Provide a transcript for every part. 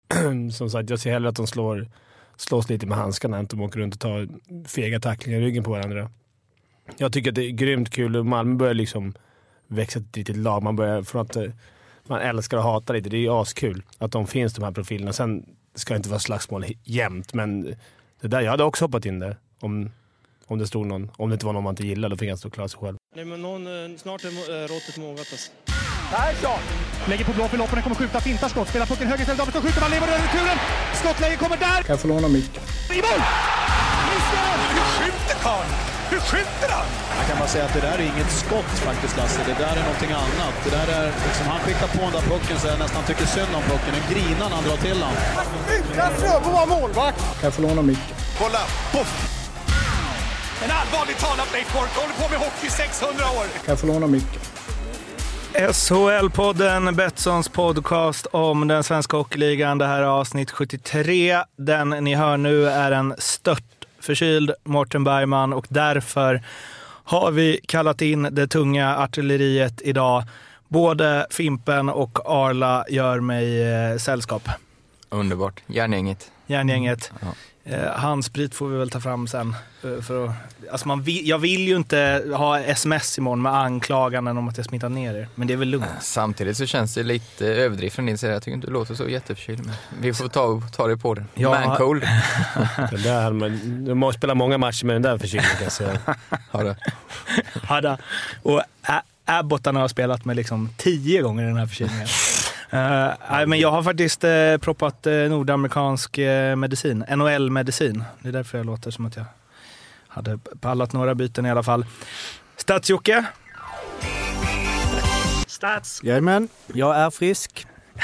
som sagt, jag ser hellre att de slås lite med handskarna än att de åker runt och tar fega tacklingar i ryggen på varandra. Jag tycker att det är grymt kul och Malmö börjar liksom växa ett litet lag. Man börjar från att man älskar och hatar lite. Det är ju askul att de finns, de här profilerna. Sen ska det inte vara slagsmål jämt, men det där, jag hade också hoppat in där om det stod någon. Om det inte var någon man inte gillade, då fick han stå och klara sig själv. Nej, men snart är råttet mångat alltså. Persson lägger på blå för loppen, kommer skjuta, fintar skott, spelar pucken höger istället, Davidsson skjuter, man lever över returen, skottläge kommer där! Kan jag få låna micken? I mål! Hur skjuter karln? Hur skjuter han? Jag kan bara säga att det där är inget skott faktiskt, Lasse. Det där är någonting annat. Det där är liksom, han skickar på den där pucken så jag nästan tycker synd om pucken. En grinan han drar till han. Utan Fröbo var målvakt! Kan jag få låna micken? Kolla, poff! En allvarligt talat Leif Boork håller på med hockey 600 år. Kan jag få låna micken? SHL-podden, Betssons podcast om den svenska hockeyligan. Det här är avsnitt 73. Den ni hör nu är en stört förkyld Mårten Bergman och därför har vi kallat in det tunga artilleriet idag. Både Fimpen och Arla gör mig sällskap. Underbart. Järngänget. Ja. Handsprit får vi väl ta fram sen. För att, alltså jag vill ju inte ha sms imorgon med anklaganden om att jag smittar ner er. Men det är väl lugnt. Samtidigt så känns det lite överdrift från din sida. Jag tycker inte du låter så jätteförkyld. Men vi får ta det på det. Ja. Man cold. Du måste spela många matcher med den där förkylningen kan jag säga. Har det. Och Abbottarna har spelat med liksom 10 gånger den här förkylningen. Men jag har faktiskt proppat nordamerikansk medicin, NHL-medicin. Det är därför jag låter som att jag hade pallat några byten i alla fall. Stats-Jocke? Stats? Jajamän, jag är frisk.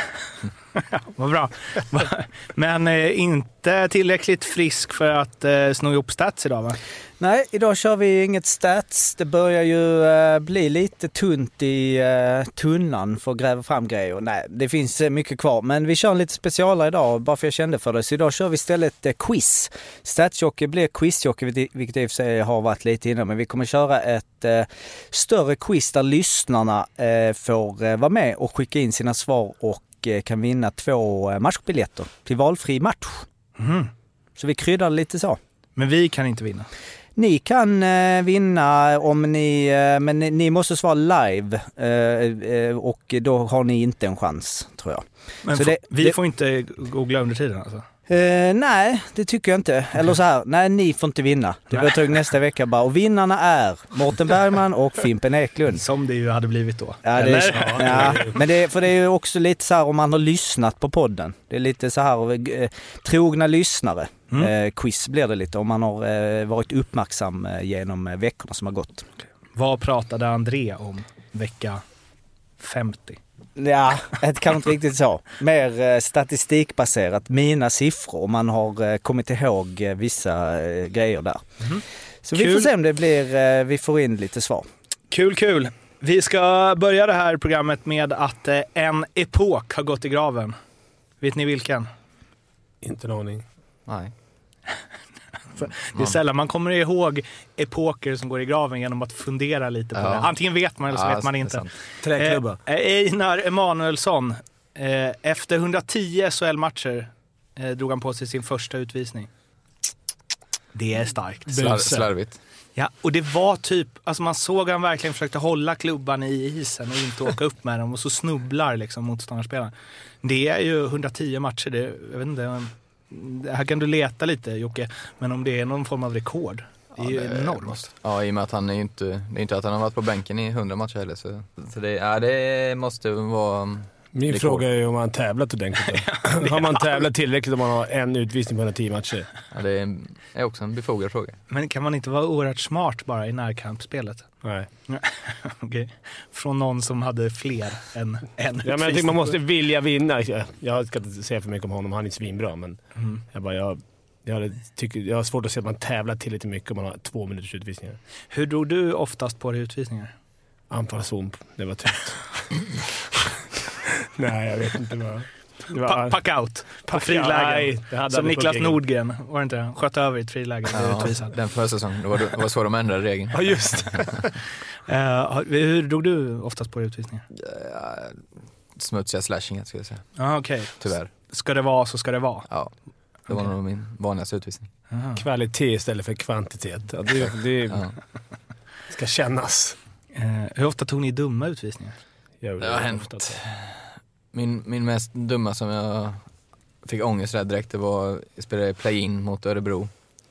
Vad bra. Men inte tillräckligt frisk för att sno ihop stats idag, va? Nej, idag kör vi inget stats. Det börjar ju bli lite tunt i tunnan för att gräva fram grejer. Nej, det finns mycket kvar. Men vi kör en lite specialare idag, bara för jag kände för det. Så idag kör vi istället quiz. Statsjocke blir quizjocke, vilket i och för sig har varit lite innan. Men vi kommer köra ett större quiz där lyssnarna får vara med och skicka in sina svar och kan vinna 2 matchbiljetter till valfri match. Mm. Så vi kryddar lite så. Men vi kan inte vinna. Ni kan vinna om ni, men ni måste svara live och då har ni inte en chans, tror jag. Men så vi får inte googla under tiden alltså? Nej, det tycker jag inte. Eller så här, nej, ni får inte vinna. Det blir tagit nästa vecka bara. Och vinnarna är Mårten Bergman och Fimpen Eklund. Som det ju hade blivit då. Ja, men det är ju också lite så här om man har lyssnat på podden. Det är lite så här trogna lyssnare. Quiz blir det lite om man har varit uppmärksam genom veckorna som har gått. Vad pratade André om vecka 50? Ja, det kan inte riktigt så. Mer statistikbaserat, mina siffror, om man har kommit ihåg vissa grejer där. Så Kul. Vi får se om det blir, vi får in lite svar. Kul. Vi ska börja det här programmet med att en epok har gått i graven. Vet ni vilken? Inte en aning. Nej. Det är sällan man kommer ihåg epoker som går i graven genom att fundera lite på det. Antingen vet man eller så vet man inte. Träklubba. Einar Emanuelsson, efter 110 SHL-matcher drog han på sig sin första utvisning. Det är starkt. Slarvigt. Ja, och det var typ, alltså man såg han verkligen försökte hålla klubban i isen och inte åka upp med dem och så snubblar liksom motståndarspelaren. Det är ju 110 matcher, det, jag vet inte, här kan du leta lite, Jocke, men om det är någon form av rekord, det är ju enormt. Ja, i och med att han är ju inte, det är inte att han har varit på bänken i 100 matcher heller, så det måste vara min rekord. Fråga är ju om han tävlat ordentligt. Har man tävlat tillräckligt om man har en utvisning på 110 matcher? Ja, det är också en befogad fråga. Men kan man inte vara oerhört smart bara i närkampsspelet? Nej. Okej. Från någon som hade fler än en utvisning. Ja, men jag tycker man måste vilja vinna. Jag ska inte säga för mycket om honom, han är svinbra, men jag har svårt att se att man tävlar tillräckligt mycket om man har 2 minuters utvisningar. Hur drog du oftast på dig utvisningar? Anfallszon, det var trött. Nej, jag vet inte vad. Pack out på frilägen. Som Niklas Nordgren, var det inte det? Sköt över i ett friläge. Den förra säsongen, det var så de ändrade regeln. Ja, just. Hur drog du oftast på utvisningar? Smutsiga slashingar, ska jag säga. Ja, okej. Tyvärr. ska det vara så ska det vara. Ja, det var nog min vanligaste utvisning. Aha. Kvalitet istället för kvantitet. Ja, det ska kännas. Hur ofta tog ni dumma utvisningar? Det har hänt. Min mest dumma som jag fick ångest där direkt, det var jag spelade play-in mot Örebro.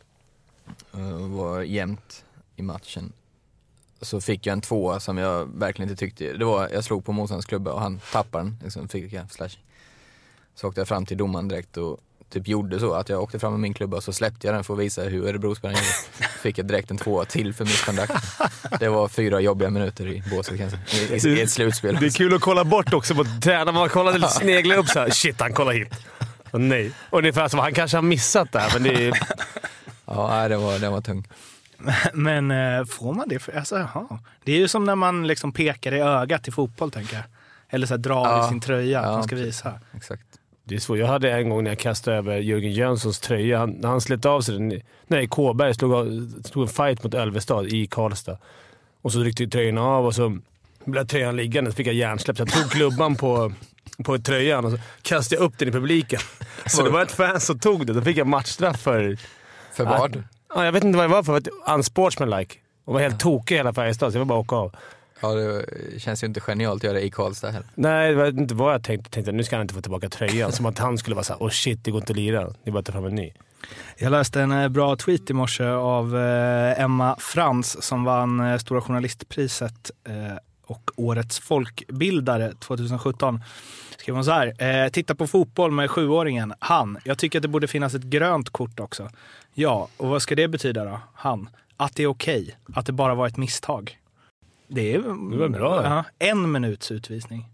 Var jämnt i matchen. Så fick jag en 2 som jag verkligen inte tyckte. Det var, jag slog på motståndarklubba och han tappade den. Liksom, fick jag slash. Så åkte jag fram till domaren direkt och typ gjorde så att jag åkte fram med min klubba och så släppte jag den för att visa hur Örebro-spelaren gjorde. Fick jag direkt en 2 till för misskontakt. Det var 4 jobbiga minuter i båset kanske. I ett slutspel. Det är kul att kolla bort också på tränaren. Man kollade lite snegla upp så här. Shit, han kollar hit. Och nej. Och det är för att han kanske har missat det här, men det är... Ja, det var tung. Men får man det? Alltså, jaha. Det är ju som när man liksom pekar i ögat i fotboll, tänker jag. Eller så här, drar i sin tröja att man ska visa. Exakt. Det är så. Jag hade en gång när jag kastade över Jörgen Jönssons tröja. När han slet av sig den. Nej, Kåberg stod en fight mot Ölvestad i Karlstad. Och så ryckte tröjan av och så blev tröjan liggande. Så fick jag hjärnsläpp. Jag tog klubban på tröjan och så kastade jag upp den i publiken. Så det var ett fan som tog det. Då fick jag matchstraff för... För vad? Ja, jag vet inte vad det var för. Unsportsmanlike. Och var helt tokig hela Färjestad, så jag var bara åka av. Ja, det känns ju inte genialt att göra det i Karlstad här. Nej, det var inte vad jag tänkte. Nu ska han inte få tillbaka tröjan. Som att han skulle vara såhär, shit, det går inte att lira. Det är bara att ta fram en ny. Jag läste en bra tweet i morse av Emma Frans som vann Stora Journalistpriset och Årets folkbildare 2017. Skrev hon så här: titta på fotboll med 7-åringen. Jag tycker att det borde finnas ett grönt kort också. Ja, och vad ska det betyda då? Att det är okej. Att det bara var ett misstag. Det var bra. 1 minuts utvisning.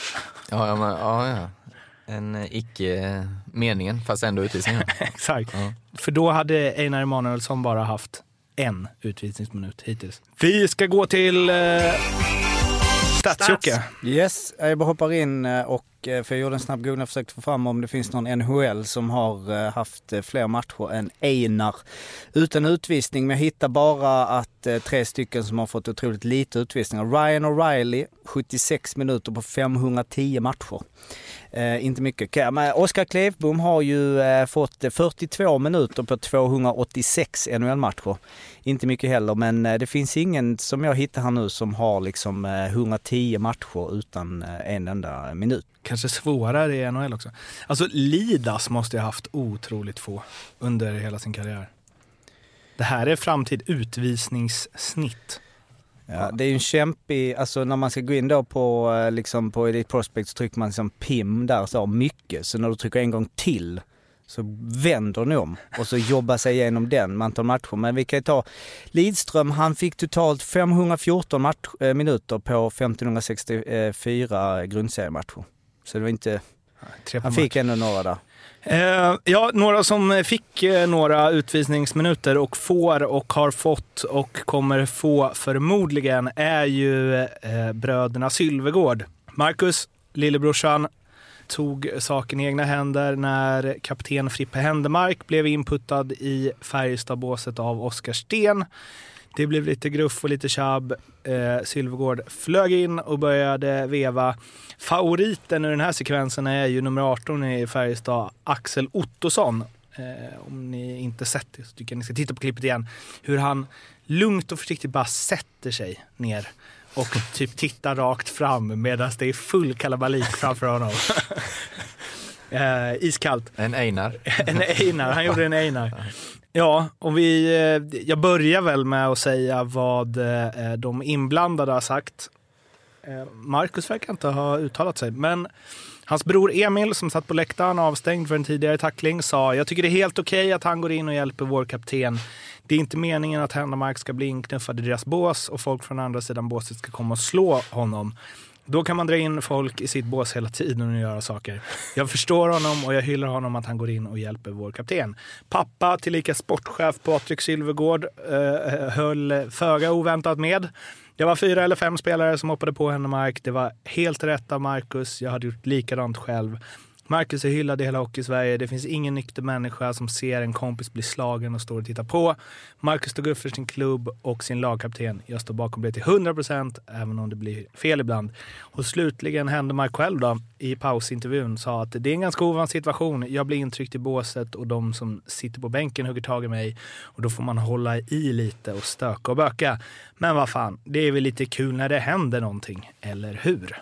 Ja. En icke-meningen, fast ändå utvisning. Exakt. Ja. För då hade Einar Emanuelsson bara haft 1 utvisningsminut hittills. Vi ska gå till Stats-Jocke. Yes, jag bara hoppar in och för jag gjorde en snabb googling och försökte få fram om det finns någon NHL som har haft fler matcher än Einar utan utvisning. Men jag hittar bara att 3 stycken som har fått otroligt lite utvisningar. Ryan O'Reilly, 76 minuter på 510 matcher. Inte mycket. Men Oskar Klevbom har ju fått 42 minuter på 286 NHL-matcher. Inte mycket heller, men det finns ingen som jag hittar här nu som har liksom 110 matcher utan en enda minut. Kanske svårare i NHL också. Alltså Lidas måste jag ha haft otroligt få under hela sin karriär. Det här är framtid utvisningssnitt. Ja, det är ju en kämpig, alltså när man ska gå in då på liksom på Elite Prospect så trycker man liksom PIM där så mycket. Så när du trycker en gång till så vänder ni om och så jobbar sig igenom den antal matcher. Men vi kan ju ta Lidström, han fick totalt 514 minuter på 1564 grundseriematcher. Så det var inte, han fick ändå några där. Några som fick några utvisningsminuter och får och har fått och kommer få förmodligen är ju bröderna Sylvegård. Marcus, lillebrorsan, tog saken i egna händer när kapten Frippe Händemark blev inputtad i Färjestadbåset av Oskar Sten. Det blev lite gruff och lite tjabb. Sylvegård flög in och började veva. Favoriten i den här sekvensen är ju nummer 18 i Färjestad, Axel Ottosson. Om ni inte sett det så tycker jag ni ska titta på klippet igen. Hur han lugnt och försiktigt bara sätter sig ner och typ tittar rakt fram medan det är full kalabalik framför honom. Iskallt. En Einar. Han gjorde en Einar. Ja, och jag börjar väl med att säga vad de inblandade har sagt. Marcus verkar inte ha uttalat sig, men hans bror Emil som satt på läktaren avstängd för en tidigare tackling sa: jag tycker det är helt okej att han går in och hjälper vår kapten. Det är inte meningen att Händemark ska bli inknuffad i deras bås och folk från andra sidan båset ska komma och slå honom. Då kan man dra in folk i sitt bås hela tiden och göra saker. Jag förstår honom och jag hyllar honom att han går in och hjälper vår kapten. Pappa, tillika sportchef Patrik Sylvegård, höll föga oväntat med. Det var 4 eller 5 spelare som hoppade på Händemark. Det var helt rätt av Marcus. Jag hade gjort likadant själv. Marcus är hyllad i hela hockey-Sverige. Det finns ingen nykter människa som ser en kompis bli slagen och står och tittar på. Marcus stod upp för sin klubb och sin lagkapten. Jag står bakom det till 100%, även om det blir fel ibland. Och slutligen hände Mark själv då, i pausintervjun, sa att det är en ganska ovan situation. Jag blir intryckt i båset och de som sitter på bänken hugger tag i mig. Och då får man hålla i lite och stöka och böka. Men vad fan, det är väl lite kul när det händer någonting, eller hur?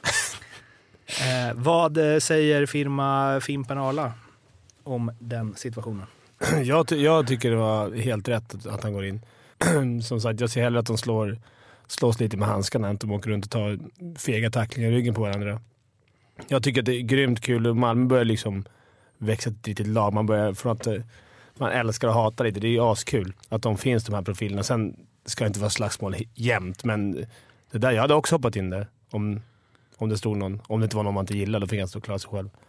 Vad säger firma Fimpen Arla om den situationen? Jag tycker det var helt rätt att han går in. Som sagt, jag ser hellre att de slås lite med handskarna än att de åker runt och tar fega tacklingar i ryggen på varandra. Jag tycker att det är grymt kul och Malmö börjar liksom växa ett litet lag. Man börjar från att man älskar och hatar lite. Det är ju askul att de finns, de här profilerna. Sen ska det inte vara slagsmål jämt, men det där, jag hade också hoppat in där om det stod någon, om det inte var någon man inte gillade, då fick han stå och klara sig själv.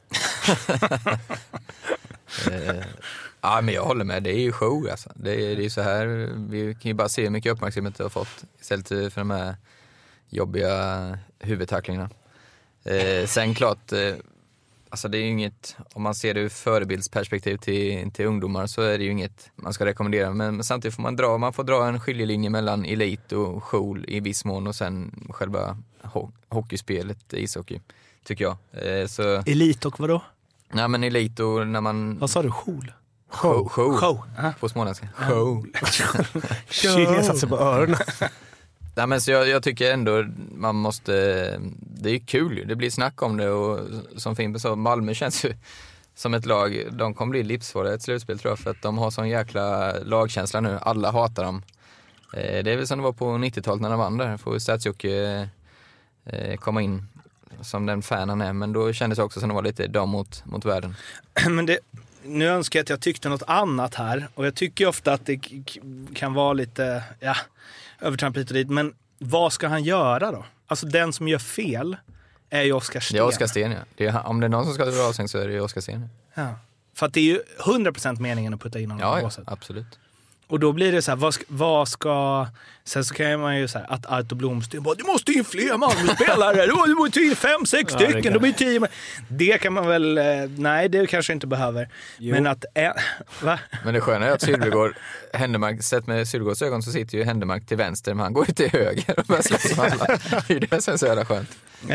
Ja, men jag håller med. Det är ju show alltså. Det är ju så här, vi kan ju bara se hur mycket uppmärksamhet det har fått istället för de här jobbiga huvudtacklingarna. Sen klart, alltså det är ju inget, om man ser det ur förebildsperspektiv till ungdomar, så är det ju inget man ska rekommendera. Men samtidigt får man får dra en skiljelinje mellan elit och jour i viss mån, och sen själva hockeyspelet, ishockey, tycker jag. Så, elit och vadå? Nej, men elit och när man... Vad sa du? Jour? Show. På småländska. Show. Jag satt sig på öronen. Nej, men så jag tycker ändå man måste... Det är kul, det blir snack om det, och som Fimpen sa, Malmö känns ju som ett lag, de kommer bli livsfarliga ett slutspel, tror jag, för att de har sån jäkla lagkänsla nu. Alla hatar dem. Det är väl som det var på 90-talet när de vann där. Får Statsjocke komma in som den fan han är, men då kändes det också som det var lite dam mot världen. Men nu önskar jag att jag tyckte något annat här, och jag tycker ofta att det kan vara lite övertramp hit och dit, men vad ska han göra då? Alltså den som gör fel är ju Oskar Sten. Det är Oskar Sten, ja. Om det är någon som ska dra av sig så är det ju Oskar Sten. Ja. För att det är ju 100% meningen att putta in honom i båset. Ja, absolut. Och då blir det så här, vad ska... Sen så kan man ju säga att Arto Blomsten bara, du måste in fler Malmö-spelare, du måste in 5-6 stycken, de är 10. Det kan man väl... Nej, det kanske inte behöver. Jo. Men att... Va? Men det sköna är att Sylvegård, Händemark, sett med Sylvegårds ögon så sitter ju Händemark till vänster, men han går ju till höger och börjar slåss med alla. Det är det som är så jävla skönt.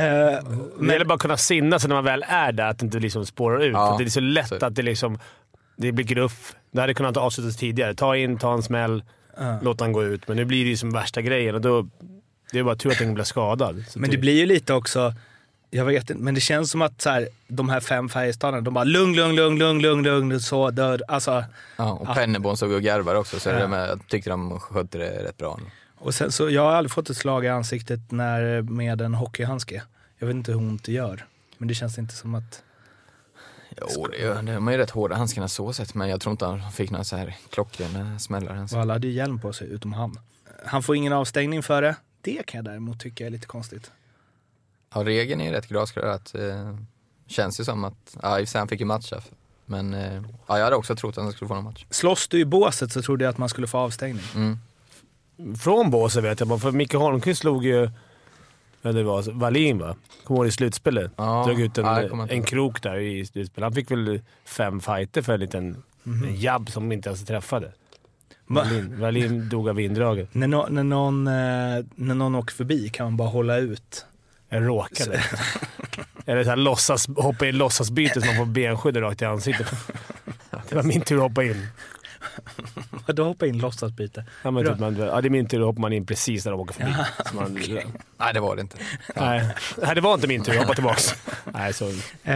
Men det är bara att kunna sinna sig när man väl är där, att det inte liksom spårar ut. Ja, för det är så lätt att det liksom... Det blir gruff. Det hade kunnat avslutas tidigare. Ta en smäll, låt han gå ut. Men nu blir det ju som värsta grejen. Och då, det är bara tur att den blir skadad. Så men det blir ju lite också... Jag vet inte, men det känns som att så här, de här 5 Färjestadarna, de bara lugn, så död. Alltså, ja, och Penneborn såg och garvar också, så jag tyckte de skötte det rätt bra. Och sen så, jag har aldrig fått ett slag i ansiktet med en hockeyhandske. Jag vet inte hur ont det gör. Men det känns inte som att... Jo, de är ju rätt hårda handskarna så sett, men jag tror inte han fick några så här klockrena smällar. Och alla hade ju hjälm på sig utom han. Han får ingen avstängning för det. Det kan jag däremot tycka är lite konstigt. Ja, regeln är rätt glasklar att känns ju som att han fick ju matcha. Men jag hade också trott att han skulle få en match. Slåss du i båset så trodde jag att man skulle få avstängning. Mm. Från båset vet jag, för Micke Holmqvist slog ju... Ja, det var Wallin, va? Kommer ihåg i slutspelet. Ja, drog ut en krok där i slutspelet. Han fick väl 5 fighter för en liten jabb som inte ens träffade. Wallin dog av vinddraget. När någon åker förbi kan man bara hålla ut. En råkade. Eller så här hoppa in låtsasbyte så man får benskydd rakt i ansiktet. Det var min tur att hoppa in. Då hoppa in låtsasbyte. Ja, men typ det är min tur, att hoppa man in precis när de åker förbi. Okay. Nej, det var det inte. Nej, det var inte min tur att hoppa tillbaka. Nej, så.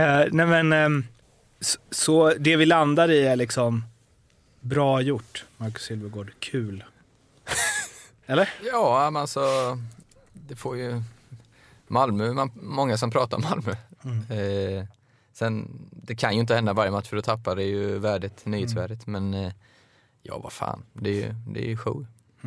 Så det vi landar i är liksom bra gjort, Marcus Sylvegård. Kul. Eller? Ja, men alltså det får ju Malmö, många som pratar om Malmö. Sen, det kan ju inte hända varje match, för att tappa det är ju värdet, nyhetsvärdet. Men ja, vad fan. Det är ju show.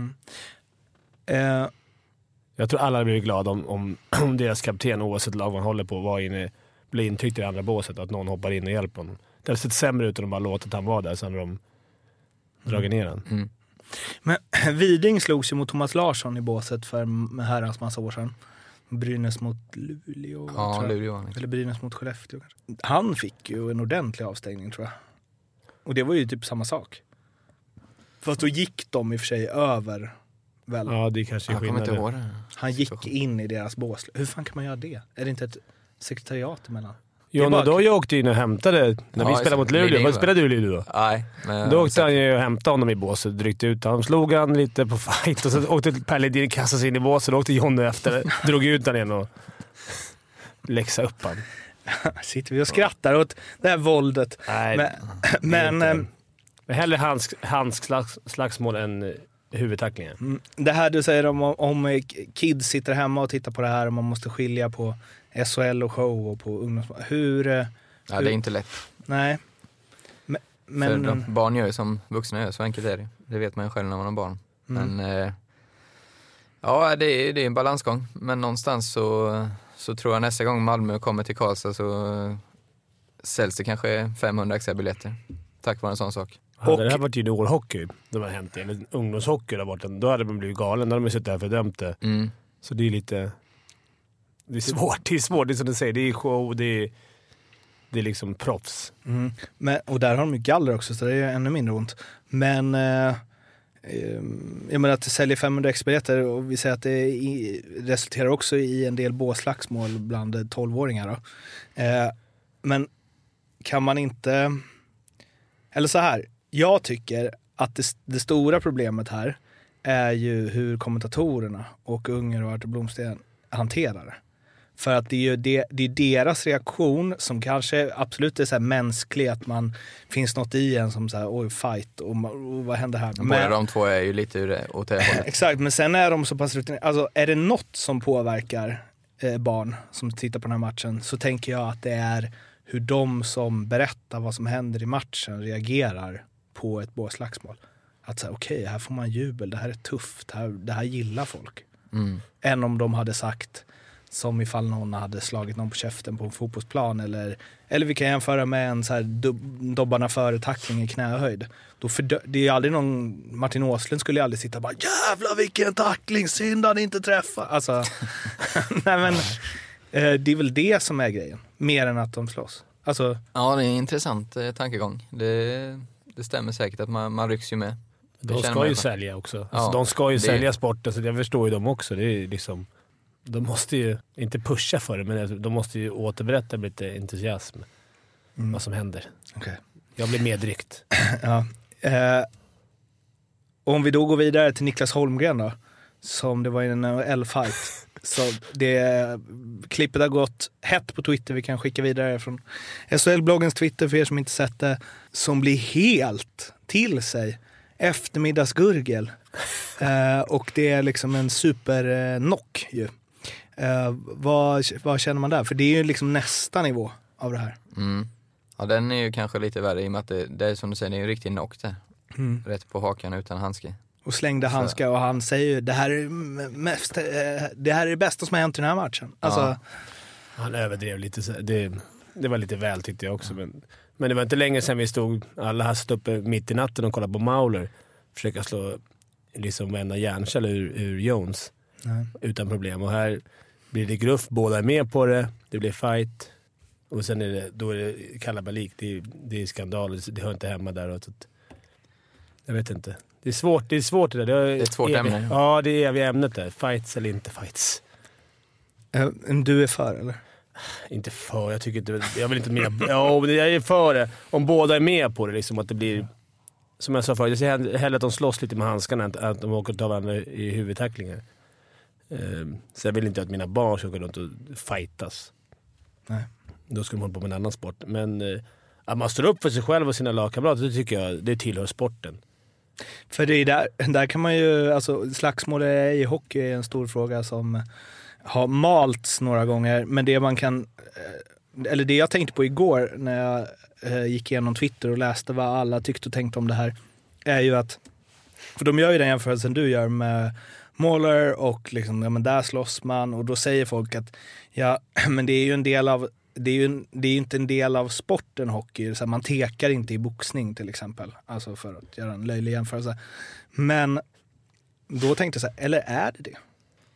Jag tror alla blir glada om deras kapten, oavsett lag man håller på, blir intryckt i det andra båset, att någon hoppar in och hjälper honom. Det har sett sämre ut om de bara låtit han vara där, sen har de dragit ner han. Mm. Men Widing slogs ju mot Thomas Larsson i båset för herrans massa år sedan. Brynäs mot Luleå. Ja, Luleå. Eller Brynäs mot Skellefteå kanske. Han fick ju en ordentlig avstängning tror jag. Och det var ju typ samma sak. Fast då gick de i och för sig över väl. Ja, det kanske är skillnad. Han gick in i deras bås. Hur fan kan man göra det? Är det inte ett sekretariat emellan? John och då jag åkte in och hämtade när vi spelade mot Luleå. Vad spelade du i Luleå då? Nej. Men då åkte han ju och hämtade honom i båset, dryckte ut honom. Slog han lite på fight och så åkte Per Ledin kastade sig in i båset. Då åkte John efter, drog ut han igen och läxade upp han. Sitter vi och skrattar åt det här våldet. Nej, men hellre slagsmål än huvudtacklingen. Det här du säger om kids sitter hemma och tittar på det här och man måste skilja på SHL och show och på ungdoms... Hur... Ja, det är inte lätt. Nej. Men för barn gör ju som vuxna gör, så enkelt är det. Det vet man ju själv när man har barn. Men ja, det är en balansgång. Men någonstans så tror jag nästa gång Malmö kommer till Karlstad så säljs det kanske 500 extra biljetter. Tack vare en sån sak. Hade det här varit juniorhockey, det har hänt, eller ungdomshockey där borta, då hade man blivit galen. Då hade man suttit där för dömt det. Så det är lite... Det är svårt, det är som du säger. Det är show, det är liksom proffs. Och där har de ju galler också, så det är ännu mindre ont. Men jag menar att det säljer 500 experter och vi säger att det resulterar också i en del båslagsmål bland 12-åringar då. Men kan man inte... Eller så här, jag tycker att det stora problemet här är ju hur kommentatorerna och Unger och Artur Blomsten hanterar det. För att det är deras reaktion som kanske absolut är så här mänsklig, att man finns något i en som så här, oj, fight och vad händer här? Båda de två är ju lite åt det hållet. Exakt, men sen är de så pass rutinerade. Alltså är det något som påverkar barn som tittar på den här matchen, så tänker jag att det är hur de som berättar vad som händer i matchen reagerar på ett båslagsmål. Att säga, okej, här får man jubel, det här är tufft, det här gillar folk. Än om de hade sagt, som ifall någon hade slagit någon på käften på en fotbollsplan, eller vi kan jämföra med en så här dobbarna före tackling i knähöjd. Det är aldrig någon, Martin Åslund skulle aldrig sitta och bara, jävlar vilken tackling, synd han inte träffar. Alltså, nej men det är väl det som är grejen, mer än att de slåss. Alltså, ja, det är en intressant tankegång. Det stämmer säkert att man rycks ju med. De ska ju sälja också. Alltså, de ska ju sälja sporten, så jag förstår ju dem också. Det är liksom, de måste ju inte pusha för det, men de måste ju återberätta med lite entusiasm vad som händer. Okay. Jag blir medryckt. Ja. Om vi då går vidare till Niklas Holmgren då, som det var i en NHL-fight. Så det klippet har gått hett på Twitter. Vi kan skicka vidare från SHL-bloggens Twitter för er som inte sett det. Som blir helt till sig eftermiddagsgurgel. Och det är liksom en superknock ju. Vad känner man där? För det är ju liksom nästa nivå av det här. Ja, den är ju kanske lite värre i och med att det är som du säger, det är en riktig knock där. Rätt på hakan utan handske. Och slängde handskar och han säger ju, det här är det bästa som har hänt i den här matchen. Alltså, han överdrev lite. Det var lite väl tyckte jag också. Men det var inte länge sedan vi stod alla här uppe mitt i natten och kollade på Mauler. Försöka slå liksom vända hjärnkäll ur Jones. Utan problem. Och här blir det gruff, båda är med på det. Det blir fight. Och sen är det kalabalik. Det är skandal. Det hör inte hemma där. Och jag vet inte. Det är svårt det där. Det är ett svårt ämne. Ja, det är eviga ämnet där. Fights eller inte fights. Du är för, eller? Inte för, jag tycker inte... Jag vill inte med... Ja, jag är för det. Om båda är med på det, liksom att det blir... Som jag sa förut, jag ser hellre att de slåss lite med handskarna än att de åker och tar varandra i huvudtacklingar. Så jag vill inte att mina barn ska gå runt och fightas. Nej. Då ska de hålla på med en annan sport. Men att man står upp för sig själv och sina lagkamrater, det tycker jag, det tillhör sporten. För det är där kan man ju, alltså slagsmål i hockey är en stor fråga som har malts några gånger, men det man kan, eller det jag tänkte på igår när jag gick igenom Twitter och läste vad alla tyckte och tänkte om det här, är ju att, för de gör ju den jämförelsen du gör med Mauler och liksom, ja men där slåss man, och då säger folk att ja, men det är ju en del av, det är ju inte en del av sporten hockey, så man tekar inte i boxning till exempel, alltså för att göra en löjlig jämförelse. Men då tänkte jag så här, eller är det?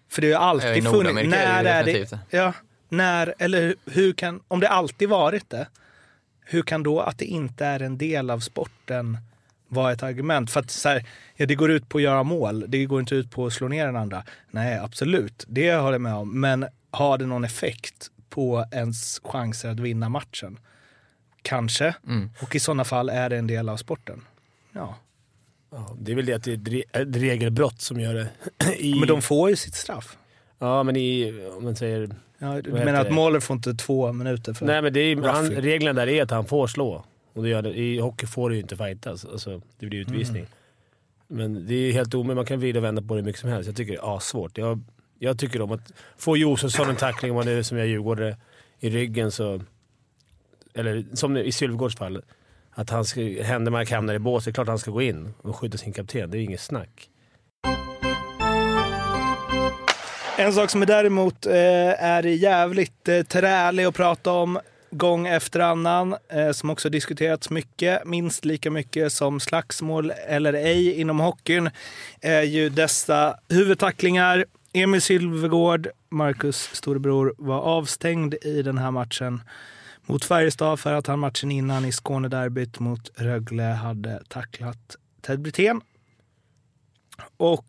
För det har ju alltid funnits. När är det? Ja, när eller hur kan, om det alltid varit det, hur kan då att det inte är en del av sporten vara ett argument? För att så här, ja, det går ut på att göra mål, det går inte ut på att slå ner den andra. Nej, absolut, det håller jag med om. Men har det någon effekt på ens chanser att vinna matchen? Kanske. Och i sådana fall är det en del av sporten. Ja, det är väl det att det är ett regelbrott som gör det. Men de får ju sitt straff. Ja, men om man säger... Ja, men att målet får inte 2 minuter för... Nej, men det är, reglerna där är att han får slå. Och det gör det, i hockey får det ju inte fightas. Alltså, det blir utvisning. Men det är helt omöjligt. Man kan vrida och vända på det mycket som helst. Jag tycker det är svårt. Jag tycker om att få Josefsson en tackling om man är som jag Djurgårdare i ryggen så... Eller som i Sylvegårds fall. Att han ska... Händemark hamnar i bås. Det är klart att han ska gå in och skydda sin kapten. Det är inget snack. En sak som är däremot är jävligt trälig att prata om gång efter annan, som också diskuterats mycket, minst lika mycket som slagsmål eller ej inom hockeyn, är ju dessa huvudtacklingar. Emil Sylvegård, Marcus storebror, var avstängd i den här matchen mot Färjestad för att han matchen innan i Skånederbyt mot Rögle hade tacklat Ted Brithén. Och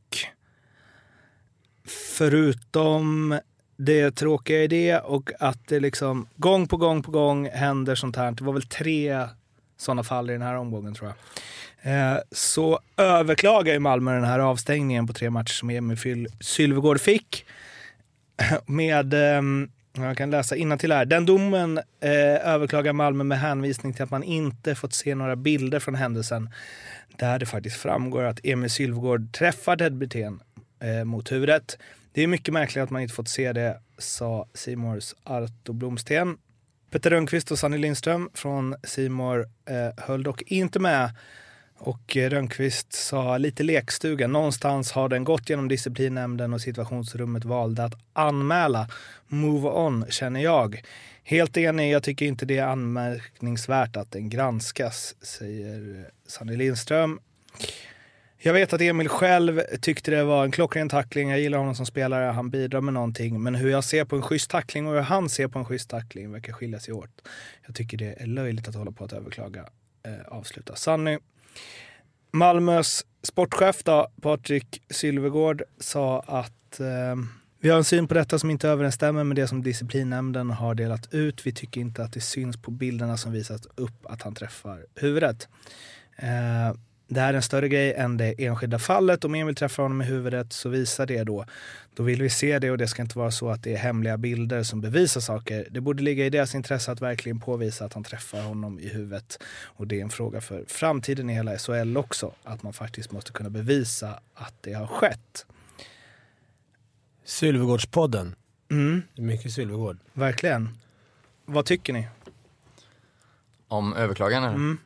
förutom det tråkiga i det och att det liksom gång på gång händer sånt här. Det var väl 3 sådana fall i den här omgången tror jag. Så överklagar ju Malmö den här avstängningen på 3 matcher som Emil Sylvegård fick. Med, jag kan läsa innantill här. Den domen överklagar Malmö med hänvisning till att man inte fått se några bilder från händelsen. Där det faktiskt framgår att Emil Sylvegård träffade Ted Brithén mot huvudet. Det är mycket märkligt att man inte fått se det, sa C Mores Arto Blomsten. Peter Rönnqvist och Sanny Lindström från C More höll dock inte med. Och Rönnqvist sa lite lekstuga. Någonstans har den gått genom disciplinnämnden och situationsrummet valde att anmäla. Move on, känner jag. Helt enig, jag tycker inte det är anmärkningsvärt att den granskas, säger Sanny Lindström. Jag vet att Emil själv tyckte det var en klockren tackling. Jag gillar honom som spelare, han bidrar med någonting. Men hur jag ser på en schysst tackling och hur han ser på en schysst tackling verkar skilja sig åt. Jag tycker det är löjligt att hålla på att överklaga. Avsluta Sanny. Malmös sportchef då, Patrik Sylvegård, sa att vi har en syn på detta som inte överensstämmer med det som disciplinnämnden har delat ut. Vi tycker inte att det syns på bilderna som visat upp att han träffar huvudet. Det här är en större grej än det enskilda fallet. Om Emil träffar honom i huvudet så visar det då. Då vill vi se det och det ska inte vara så att det är hemliga bilder som bevisar saker. Det borde ligga i deras intresse att verkligen påvisa att han träffar honom i huvudet. Och det är en fråga för framtiden i hela SHL också. Att man faktiskt måste kunna bevisa att det har skett. Sylvegårdspodden. Det är mycket Sylvegård. Verkligen. Vad tycker ni? Om överklagan?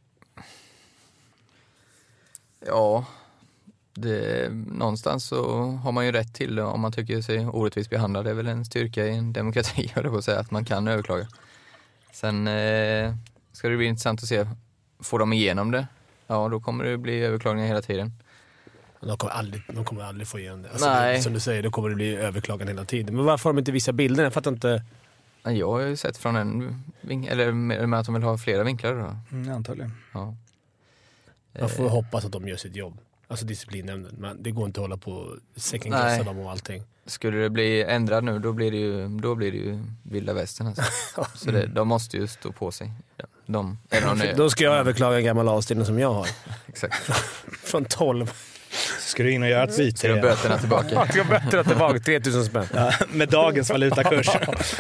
Ja, någonstans så har man ju rätt till det om man tycker sig orättvist behandlad. Det är väl en styrka i en demokrati att säga att man kan överklaga. Sen ska det bli intressant att se, får de igenom det? Ja, då kommer det bli överklagningar hela tiden. De kommer aldrig få igenom det. Alltså, nej. Som du säger, då kommer det bli överklagan hela tiden. Men varför har de inte vissa bilder? Jag fattar inte. Jag har ju sett från en eller med att de vill ha flera vinklar då. Antagligen. Ja. Man får hoppas att de gör sitt jobb. Alltså disciplinnämnden. Men det går inte att hålla på och second-guessa dem och allting. Skulle det bli ändrat nu, då blir det ju vilda västern. Alltså. Så de måste ju stå på sig. Då ska jag överklaga en gammal avställning som jag har. Exakt. Från 12. Ska du in och göra ett byte? Ska du böterna tillbaka? Ja, ska böterna tillbaka. 3000 spänn. Ja, med dagens valutakurs.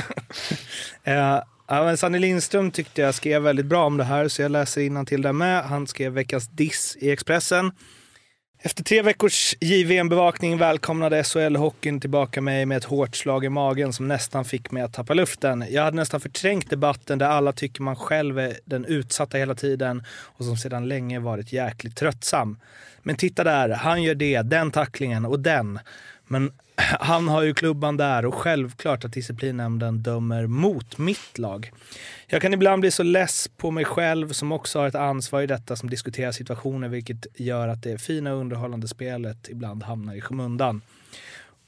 Men Sanny Lindström tyckte jag skrev väldigt bra om det här, så jag läser innantill där med. Han skrev veckans diss i Expressen. Efter 3 veckors JVM-bevakning välkomnade SHL-hockeyn tillbaka mig med ett hårt slag i magen som nästan fick mig att tappa luften. Jag hade nästan förträngt debatten där alla tycker man själv är den utsatta hela tiden och som sedan länge varit jäkligt tröttsam. Men titta där, han gör det, den tacklingen och den. Men han har ju klubban där och självklart att disciplinnämnden dömer mot mitt lag. Jag kan ibland bli så less på mig själv som också har ett ansvar i detta som diskuterar situationer, vilket gör att det fina underhållande spelet ibland hamnar i skymundan.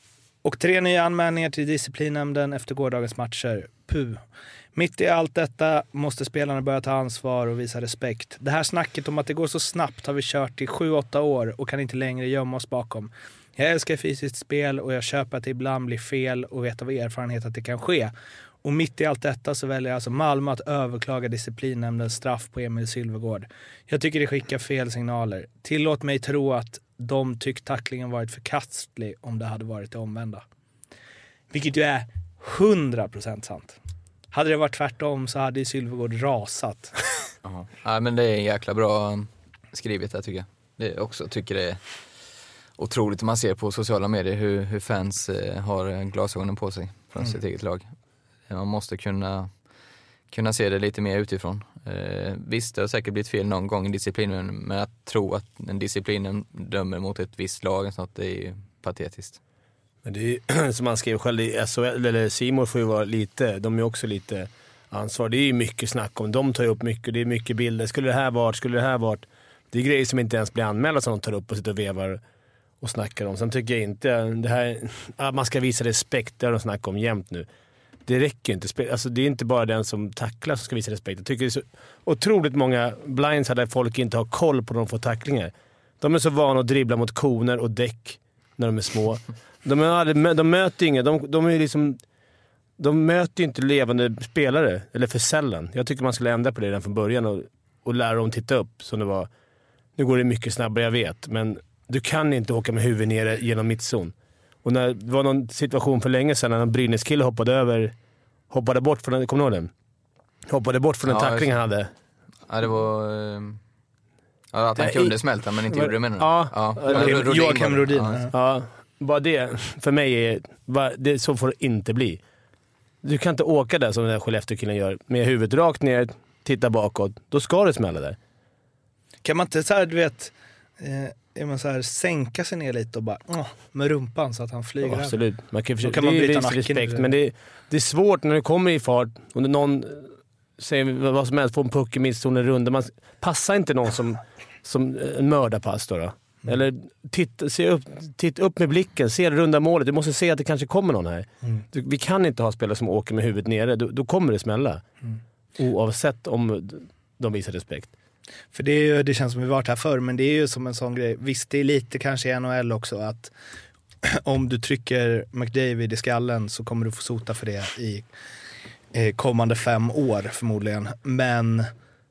Och 3 nya anmälningar till disciplinnämnden efter gårdagens matcher. Mitt i allt detta måste spelarna börja ta ansvar och visa respekt. Det här snacket om att det går så snabbt har vi kört i 7-8 år och kan inte längre gömma oss bakom. Jag älskar fysiskt spel och jag köper att det ibland blir fel och vet av erfarenhet att det kan ske. Och mitt i allt detta så väljer alltså Malmö att överklaga disciplinnämndens straff på Emil Sylvegård. Jag tycker det skickar fel signaler. Tillåt mig tro att de tyckt tacklingen varit förkastlig om det hade varit det omvända. Vilket ju är 100% sant. Hade det varit tvärtom så hade Sylvegård rasat. Ja, men det är jäkla bra skrivet där tycker jag. Det också tycker det är otroligt. Man ser på sociala medier hur fans har glasögonen på sig från sitt eget lag. Man måste kunna se det lite mer utifrån. Visst, det har säkert blivit fel någon gång i disciplinen, men att tro att en disciplinen dömer mot ett visst lag, så att det är ju patetiskt. Men det är som man skrev själv i SHL, eller Simor får ju vara lite, de är också lite ansvar. Det är ju mycket snack om, de tar ju upp mycket, det är mycket bilder. Skulle det här varit? Det är grejer som inte ens blir anmälda som de tar upp och sitter och vevar och snackar om. Sen tycker jag inte, det här, att man ska visa respekt, det har de snackat om jämt nu. Det räcker inte. Alltså, det är inte bara den som tacklar som ska visa respekt. Jag tycker det är så otroligt många blinds där folk inte har koll på de får tacklingar. De är så vana att dribbla mot koner och däck när de är små. De möter inga. De möter inte levande spelare, eller för sällan. Jag tycker man skulle ändra på det redan från början och lära dem titta upp som det var. Nu går det mycket snabbare, jag vet, men du kan inte åka med huvudet nere genom mittzon. Och när det var någon situation för länge sedan när en Brynäs-kille hoppade bort från den, kommer du ihåg den? Hoppade bort från den tackling han hade. Ja, det var att han kunde smälta men inte gjorde det, menar du? Joakim Rodin. Ja, bara det för mig är det, så får det inte bli. Du kan inte åka där som den där Skellefteå-killen gör med huvudet rakt ner, titta bakåt. Då ska det smälla där. Kan man inte så här, du vet, man så här, sänka sig ner lite och bara med rumpan så att han flyger över? Absolut. Man kan försöka, det är respekt, men det är svårt när du kommer i fart och när någon säger vad som helst, får en puck i mittzonen runda. Man passar inte någon som en mördarpass då. Eller titta upp med blicken, se det runda målet. Du måste se att det kanske kommer någon här. Vi kan inte ha spelare som åker med huvudet nere. Då kommer det smälla. Oavsett om de visar respekt. För det känns som vi varit här förr, men det är ju som en sån grej. Visst, det är lite kanske i NHL också att om du trycker McDavid i skallen så kommer du få sota för det i kommande 5 år förmodligen. Men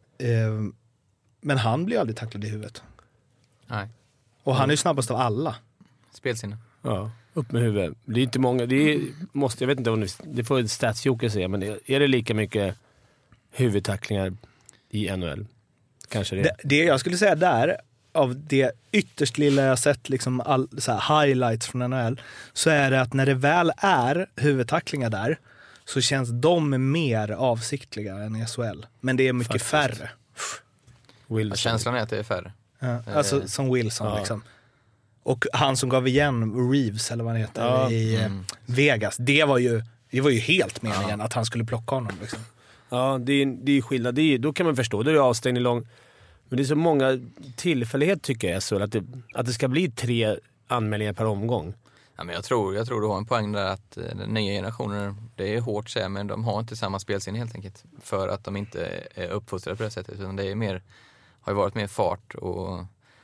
han blir aldrig tacklad i huvudet. Nej. Och han är ju snabbast av alla. Spelsinne. Ja, upp med huvudet. Det är inte många, jag vet inte om det får ett statsjoker säga, men är det lika mycket huvudtacklingar i NHL? Kanske det jag skulle säga där, av det ytterst lilla jag sett liksom så här highlights från NHL, så är det att när det väl är huvudtacklingar där så känns de mer avsiktliga än i SHL. Men det är mycket färre. Känslan är att det är färre. Ja, alltså som Wilson liksom. Och han som gav igen Reeves eller vad han heter i Vegas, det var ju helt meningen att han skulle plocka honom liksom. Ja, det är skillnad. Då kan man förstå. Det är avstängning lång. Men det är så många tillfälligheter tycker jag så att det ska bli 3 anmälningar per omgång. Ja, men jag tror du har en poäng där att den nya generationen, det är hårt säga, men de har inte samma spelsinne helt enkelt. För att de inte är uppfostrade på det sättet. Utan det är mer, har ju varit mer fart och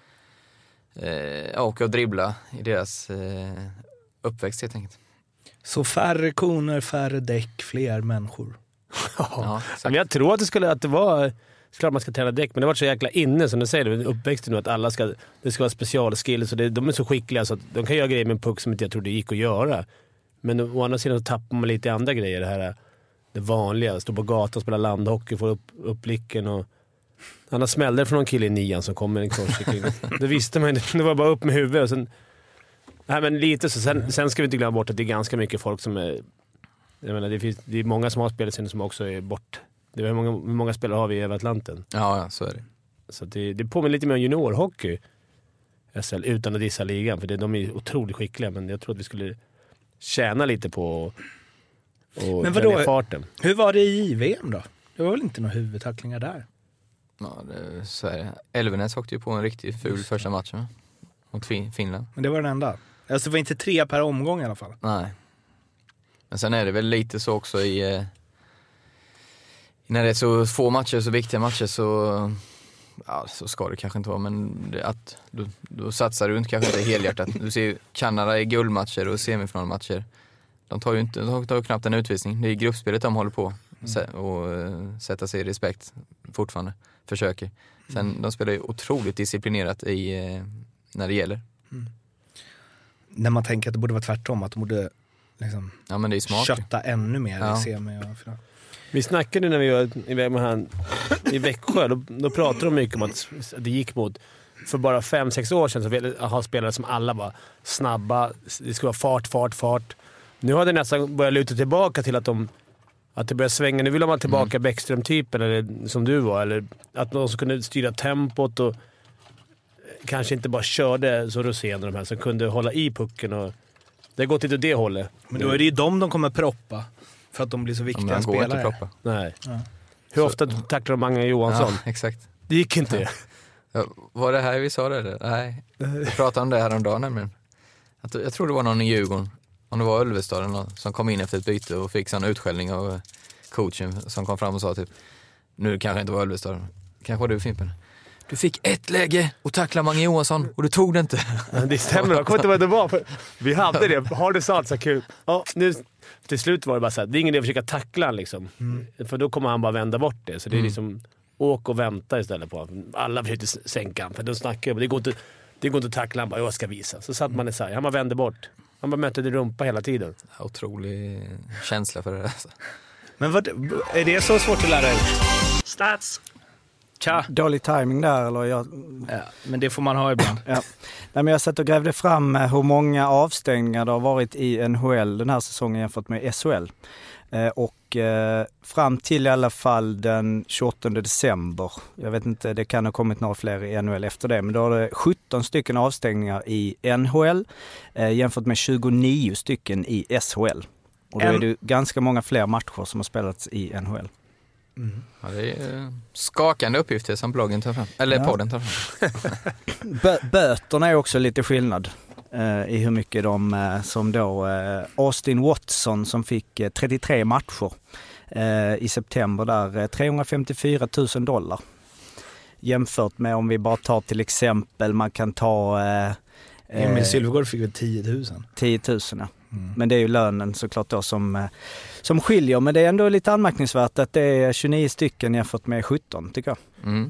åka och dribbla i deras uppväxt helt enkelt. Så färre koner, färre däck, fler människor. Ja, men jag tror att det var klart man ska träna däck, men det var så jäkla inne som du säger, uppväxten nu att alla det ska vara specialskills och de är så skickliga så att de kan göra grejer med en puck som inte jag trodde gick att göra. Men å andra sidan så tappar man lite andra grejer, det vanliga, stå på gatan och spela landhockey, få upp blicken och annars smällde från någon kille i 9 som kom med en korscykel. Det visste man inte, det var bara upp med huvudet och sen men lite så sen ska vi inte glömma bort att det är ganska mycket folk som är, jag menar, det är många som har spelare som också är bort. Det är hur många spelare har vi över Atlanten? Ja, så är det. Så det påminner lite mer om juniorhockey SL utan att dissa ligan, för de är otroligt skickliga, men jag tror att vi skulle tjäna lite på och dra farten. Hur var det i JVM då? Det var väl inte några huvudtacklingar där? Ja, så är det. Elvenäs åkte ju på en riktigt ful första matchen mot Finland. Men det var den enda? Alltså det var inte 3 per omgång i alla fall. Nej. Men sen är det väl lite så också när det är så få matcher, så viktiga matcher, så ska det kanske inte vara, men att då satsar du inte kanske inte helhjärtat. Du ser ju Kanada i guldmatcher och semifinalmatcher. De tar ju knappt en utvisning. Det är gruppspelet de håller på och sätta sig i respekt fortfarande. Försöker. Sen de spelar ju otroligt disciplinerat när det gäller. När man tänker att det borde vara tvärtom, att de borde liksom men det är smart. kötta ännu mer i semi och final. Vi snackade när vi var iväg med han i Växjö, då pratade de mycket om att det gick mot, för bara 5-6 år sedan så ville ha spelare som alla var snabba, det skulle vara fart. Nu har det nästan börjat luta tillbaka till att det börjar svänga. Nu vill de ha tillbaka Bäckström-typen, eller som du var, eller att de som kunde styra tempot och kanske inte bara körde så Rosén och de här som kunde hålla i pucken, och det har gått lite åt det hållet. Men då är det ju de kommer proppa. För att de blir så viktiga spelare. Nej. Ja. Hur ofta tacklar de Mange Johansson? Ja, exakt. Det gick inte. Ja, var det här vi sa det? Nej. Vi pratade om det här om dagen nämligen. Jag tror det var någon i Djurgården, om det var Ölvestad eller någon, som kom in efter ett byte och fick sån utskällning av coachen som kom fram och sa typ, nu kanske inte var Ölvestad, kanske var du Fimpen. Du fick ett läge och tackla Mange Johansson och du tog det inte. Det stämmer, jag kommer inte vad det var. Vi hade det. Har det så kul. Ja, nu till slut var det bara så här, det är ingen idé att försöka tackla han liksom. För då kommer han bara vända bort det. Så det är liksom åk och vänta istället på. Alla försökte sänka han, för då snackar jag. Det går inte att tackla han, bara jag ska visa. Så satt man i så här, han bara vände bort. Han bara mötte det rumpa hela tiden. Otrolig känsla för det där. Men vad, är det så svårt att lära ut? Stats! Tja. Dålig timing där, eller ja, men det får man ha ibland. Ja. Nej, men jag satt och grävde fram hur många avstängningar det har varit i NHL den här säsongen jämfört med SHL. Och fram till i alla fall den 28 december, jag vet inte, det kan ha kommit några fler i NHL efter det, men då har det 17 stycken avstängningar i NHL jämfört med 29 stycken i SHL. Och då är det ganska många fler matcher som har spelats i NHL. Ja, det är skakande uppgifter som bloggen tar fram. Eller podden tar fram. Böterna är också lite skillnad i hur mycket de som då Austin Watson som fick 33 matcher i september där, $354,000 jämfört med om vi bara tar till exempel, man kan ta Emil Sylvegård fick väl 10 000. 10 000, ja. Men det är ju lönen såklart då som skiljer. Men det är ändå lite anmärkningsvärt att det är 29 stycken jämfört med 17, tycker jag.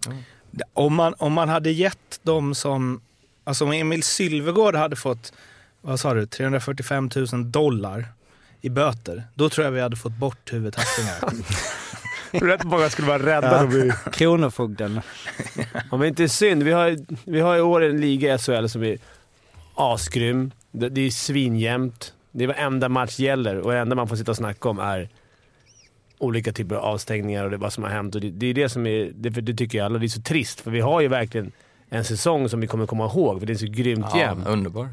Om man hade gett dem som, alltså om Emil Sylvegård hade fått, vad sa du, $345,000 i böter, då tror jag vi hade fått bort huvudtappningar. Rätt många skulle vara rädda. Ja. Kronofogden. Ja, men inte synd. Vi har i år en liga i SHL som är asgrym. Det är svinjämnt. Det är vad enda match gäller, och det enda man får sitta och snacka om är olika typer av avstängningar och det vad som har hänt. Och det är det som är, det tycker jag alla, det är så trist, för vi har ju verkligen en säsong som vi kommer komma ihåg, för det är så grymt jämnt. Underbar.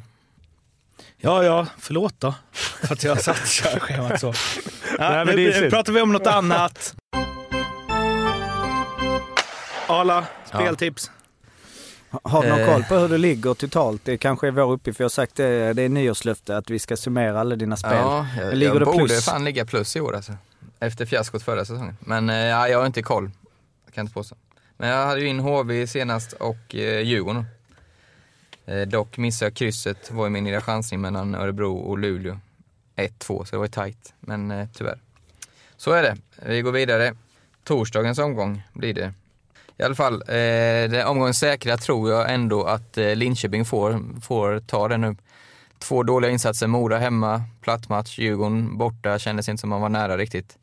Ja, förlåt då. För att jag har satt körschemat så. Ja, nu pratar vi om något annat. Alla, speltips. Har du någon koll på hur det ligger totalt? Det kanske är vår uppgift, för jag har sagt det är nyårslöfte att vi ska summera alla dina spel. Ja, jag borde fan ligga plus i år alltså. Efter fiaskot förra säsongen. Men jag har inte koll. Jag kan inte påstå. Men jag hade ju in HV senast och Djurgården. Dock missade jag krysset, var ju min lilla chansning mellan Örebro och Luleå. 1-2, så det var ju tajt. Men tyvärr. Så är det. Vi går vidare. Torsdagens omgång blir det. I alla fall, det omgången säkra tror jag ändå att Linköping får ta det nu. 2 dåliga insatser, Mora hemma, plattmatch, Djurgården borta, kändes inte som man var nära riktigt.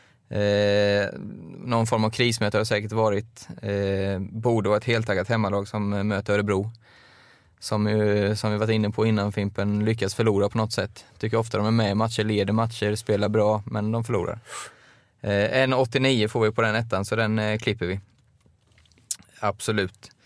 Någon form av krismöte har det säkert varit. Borde vara ett heltaggat hemmalag som möter Örebro. Som vi varit inne på innan, Fimpen lyckas förlora på något sätt. Tycker ofta de är med i matcher, leder matcher, spelar bra, men de förlorar. 1,89 får vi på den ettan, så den klipper vi. Absolut.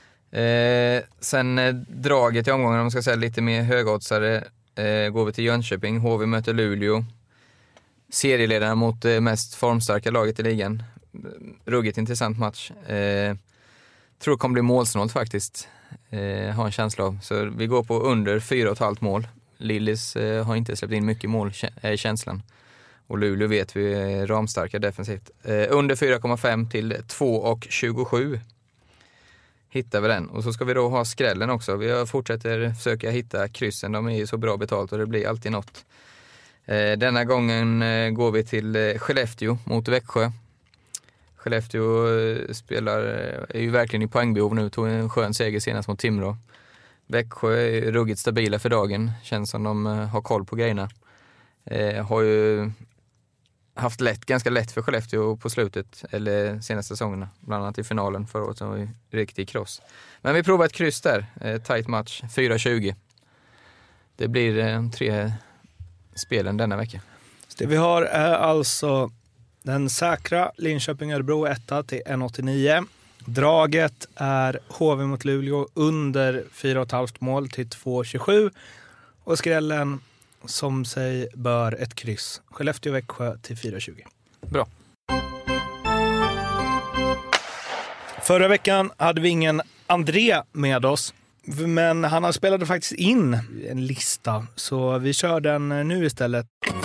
Sen draget i omgången, om man ska säga lite mer högoddsare, går vi till Jönköping. HV möter Luleå. Serieledaren mot det mest formstarka laget i ligan. Ruggigt intressant match. tror det kommer bli målsnålt faktiskt. Har en känsla av. Så vi går på under 4,5 mål. Lillis har inte släppt in mycket mål, känslan. Och Luleå vet vi är ramstarka defensivt. Under 4,5 till 2,27 hittar vi den. Och så ska vi då ha skrällen också. Vi fortsätter försöka hitta kryssen. De är ju så bra betalt och det blir alltid något. Denna gången går vi till Skellefteå mot Växjö. Skellefteå är ju verkligen i poängbehov nu. Tog en skön seger senast mot Timrå. Växjö är ruggigt stabila för dagen. Känns som de har koll på grejerna. Har ju haft ganska lätt för Skellefteå på slutet, eller senaste säsongerna. Bland annat i finalen förra året som var riktig kross. Men vi provar ett kryss där. Tight match, 4-20. Det blir 3 spelen denna vecka. Det vi har är alltså den säkra Linköping-Örebro 1 till 1,89. Draget är HV mot Luleå under 4,5 mål till 2,27. Och skrällen som sig bör ett kryss. Skellefteå-Växjö till 4,20. Bra. Förra veckan hade vi ingen André med oss. Men han spelade faktiskt in en lista. Så vi kör den nu istället.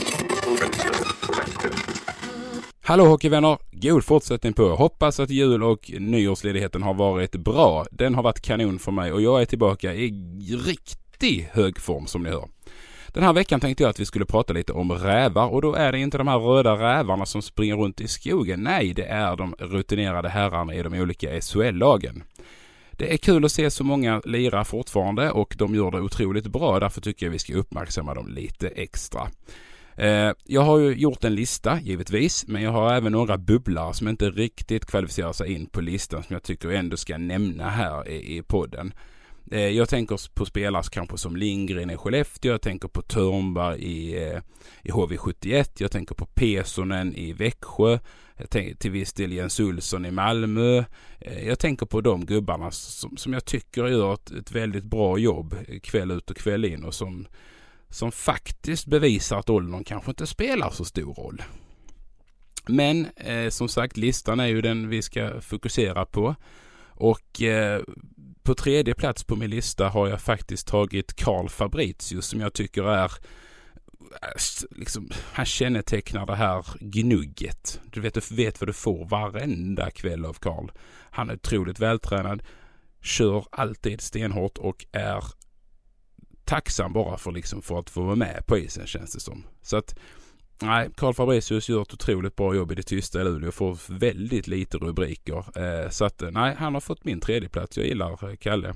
Hallå hockeyvänner, god fortsättning på. Hoppas att jul- och nyårsledigheten har varit bra. Den har varit kanon för mig och jag är tillbaka i riktig hög form som ni hör. Den här veckan tänkte jag att vi skulle prata lite om rävar och då är det inte de här röda rävarna som springer runt i skogen. Nej, det är de rutinerade herrarna i de olika SHL-lagen. Det är kul att se så många lira fortfarande och de gör det otroligt bra. Därför tycker jag vi ska uppmärksamma dem lite extra. Jag har ju gjort en lista givetvis, men jag har även några bubblare som inte riktigt kvalificerar sig in på listan som jag tycker ändå ska nämna här i podden. Jag tänker på spelare kanske som Lindgren i Skellefteå, jag tänker på Törnberg i HV71, jag tänker på Pesonen i Växjö, jag tänker till viss del Jens Olsson i Malmö. Jag tänker på de gubbarna som jag tycker gör ett väldigt bra jobb kväll ut och kväll in och som faktiskt bevisar att åldern kanske inte spelar så stor roll. Men som sagt, listan är ju den vi ska fokusera på. Och på 3:e plats på min lista har jag faktiskt tagit Carl Fabricius som jag tycker är liksom, han kännetecknar det här gnugget. Du vet vad du får varenda kväll av Carl. Han är otroligt vältränad, kör alltid stenhårt och är tacksam bara för att få vara med på isen, känns det som. Så att nej, Carl Fabricius gör ett otroligt bra jobb i det tysta i Luleå och får väldigt lite rubriker. Så att nej, han har fått min 3:e plats. Jag gillar Kalle.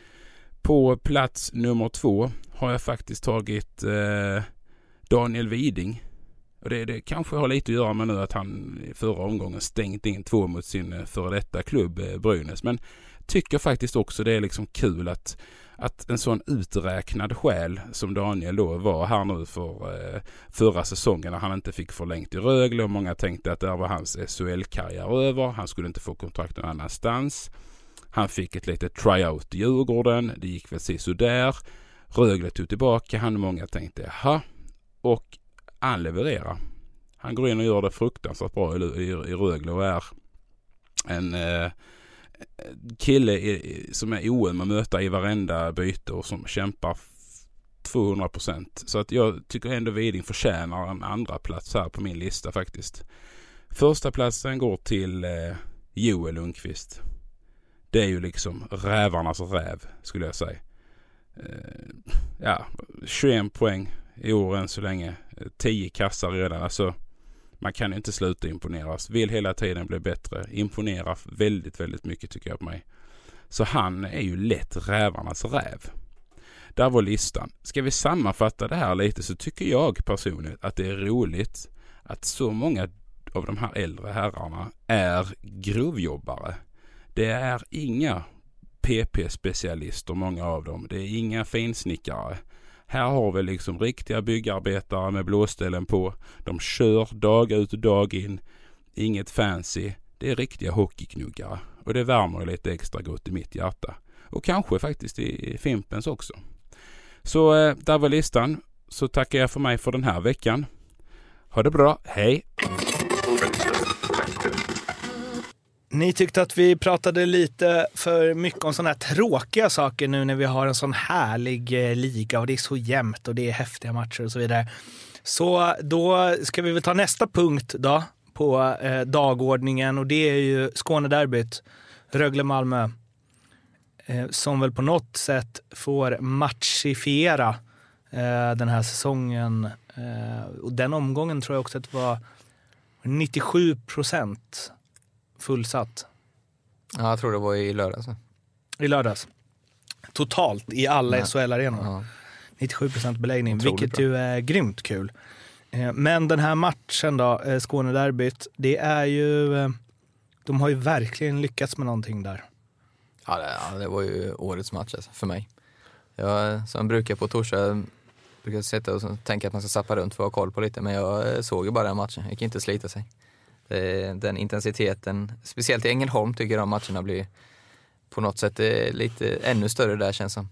På plats nummer 2 har jag faktiskt tagit Daniel Widing. Och det kanske har lite att göra med nu att han i förra omgången stängt in 2 mot sin före detta klubb Brynäs. Men tycker faktiskt också det är liksom kul att en sån uträknad själ som Daniel då var här nu för förra säsongen när han inte fick förlängt i Rögle och många tänkte att det var hans SHL-karriär över. Han skulle inte få kontrakt någon annanstans. Han fick ett litet tryout i Djurgården. Det gick väl så där. Rögle tog tillbaka. Han och många tänkte jaha. Och han levererar. Han går in och gör det fruktansvärt bra i Rögle och är en kille som är oöm att möta i varenda byte och som kämpar 200%. Så att jag tycker ändå Widing förtjänar en andra plats här på min lista faktiskt. Första platsen går till Joel Lundqvist. Det är ju liksom rävarnas räv skulle jag säga. 21 poäng i år än så länge. 10 kassar redan. Alltså man kan inte sluta imponeras. Vill hela tiden bli bättre. Imponerar väldigt, väldigt mycket tycker jag på mig. Så han är ju lätt rävarnas räv. Där var listan. Ska vi sammanfatta det här lite så tycker jag personligen att det är roligt att så många av de här äldre herrarna är grovjobbare. Det är inga PP-specialister, många av dem. Det är inga finsnickare. Här har vi liksom riktiga byggarbetare med blåställen på. De kör dag ut och dag in. Inget fancy. Det är riktiga hockeyknuggare. Och det värmer lite extra gott i mitt hjärta. Och kanske faktiskt i Fimpens också. Så där var listan. Så tackar jag för mig för den här veckan. Ha det bra. Hej! Ni tyckte att vi pratade lite för mycket om sådana här tråkiga saker nu när vi har en sån härlig liga och det är så jämnt och det är häftiga matcher och så vidare. Så då ska vi väl ta nästa punkt då på dagordningen och det är ju Skånederbyt, Rögle-Malmö, som väl på något sätt får matchifiera den här säsongen. Och den omgången tror jag också att det var 97% fullsatt. Ja, jag tror det var i lördags. I lördags. Totalt i alla SHL-arenor. Ja. 97% beläggning, Otroligt vilket bra. ju är grymt kul. Men den här matchen då, Skånederbyt, det är ju... De har ju verkligen lyckats med någonting där. Ja, det var ju årets match alltså, för mig. Jag som brukar på torsdag brukar sitta och tänka att man ska sappa runt för att ha koll på lite, men jag såg ju bara den matchen. Jag kan inte slita sig. Den intensiteten, speciellt i Ängelholm tycker jag de matcherna blir på något sätt lite ännu större där känns som.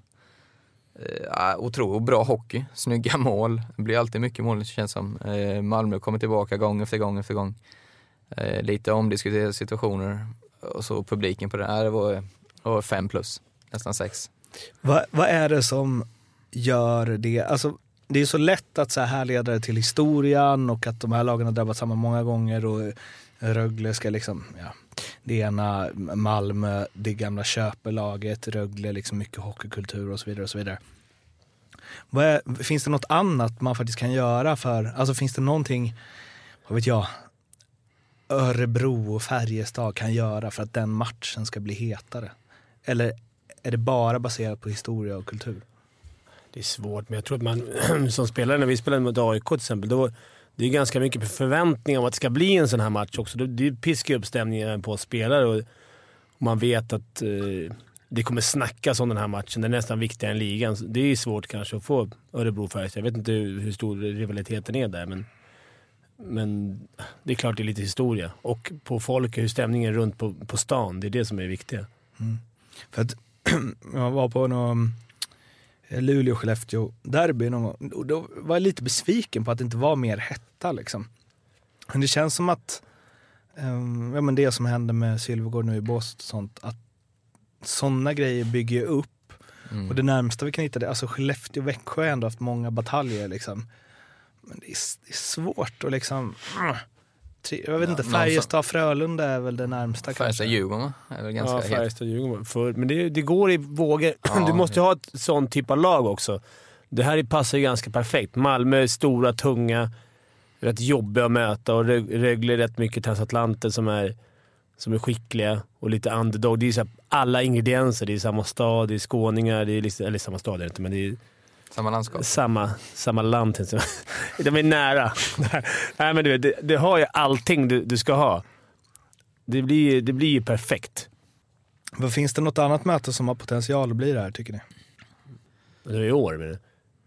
Otroligt bra hockey, snygga mål. Det blir alltid mycket mål känns som. Malmö kommer tillbaka gång efter gång. Lite omdiskuterade situationer och så publiken på det här var 5+, nästan 6. Vad är det som gör det? Alltså, det är så lätt att så här leda det till historien och att de här lagen har drabbat samman många gånger och Rögle ska liksom, det ena Malmö, det gamla köpelaget, Rögle, liksom mycket hockeykultur och så vidare och så vidare. Finns det något annat man faktiskt kan göra för, alltså finns det någonting, vad vet jag, Örebro och Färjestad kan göra för att den matchen ska bli hetare? Eller är det bara baserat på historia och kultur? Det är svårt, men jag tror att man som spelare, när vi spelade mot AIK till exempel, då, det är ganska mycket förväntningar om att det ska bli en sån här match också. Det piskar upp stämningen på spelare och man vet att det kommer snackas om den här matchen. Den är nästan viktigare än ligan. Det är svårt kanske att få Örebro-Färjestad. Jag vet inte hur stor rivaliteten är där, men det är klart det är lite historia. Och på folk, hur stämningen är runt på stan, det är det som är viktigt. Mm. För att jag var på någon Luleå-Skellefteå-derby någon gång, och då var jag lite besviken på att det inte var mer hetta liksom. Men det känns som att men det som hände med Sylvegård nu i Båstad och sånt, att sådana grejer bygger upp. Och det närmsta vi kan hitta det, alltså Skellefteå och Växjö har ändå haft många bataljer liksom. Men det är svårt att liksom jag vet inte, Färjestad Frölunda är väl det närmsta. Färjestad Djurgården är väl ganska het. Färjestad Djurgården. Men det går i vågor. Du måste ha ett sånt typ av lag också. Det här passar ju ganska perfekt. Malmö är stora, tunga, rätt jobbiga att möta, och Rögle är rätt mycket transatlanter som är skickliga och lite underdog. Det är så här, alla ingredienser. Det är samma stad, det är skåningar, det är eller samma stad är det inte, men det är samma landskap. Samma land. De är nära. Nej, men det har ju allting du ska ha. Det blir ju perfekt. Vad finns det något annat möte som har potential att bli det här, tycker ni? Det är i år, men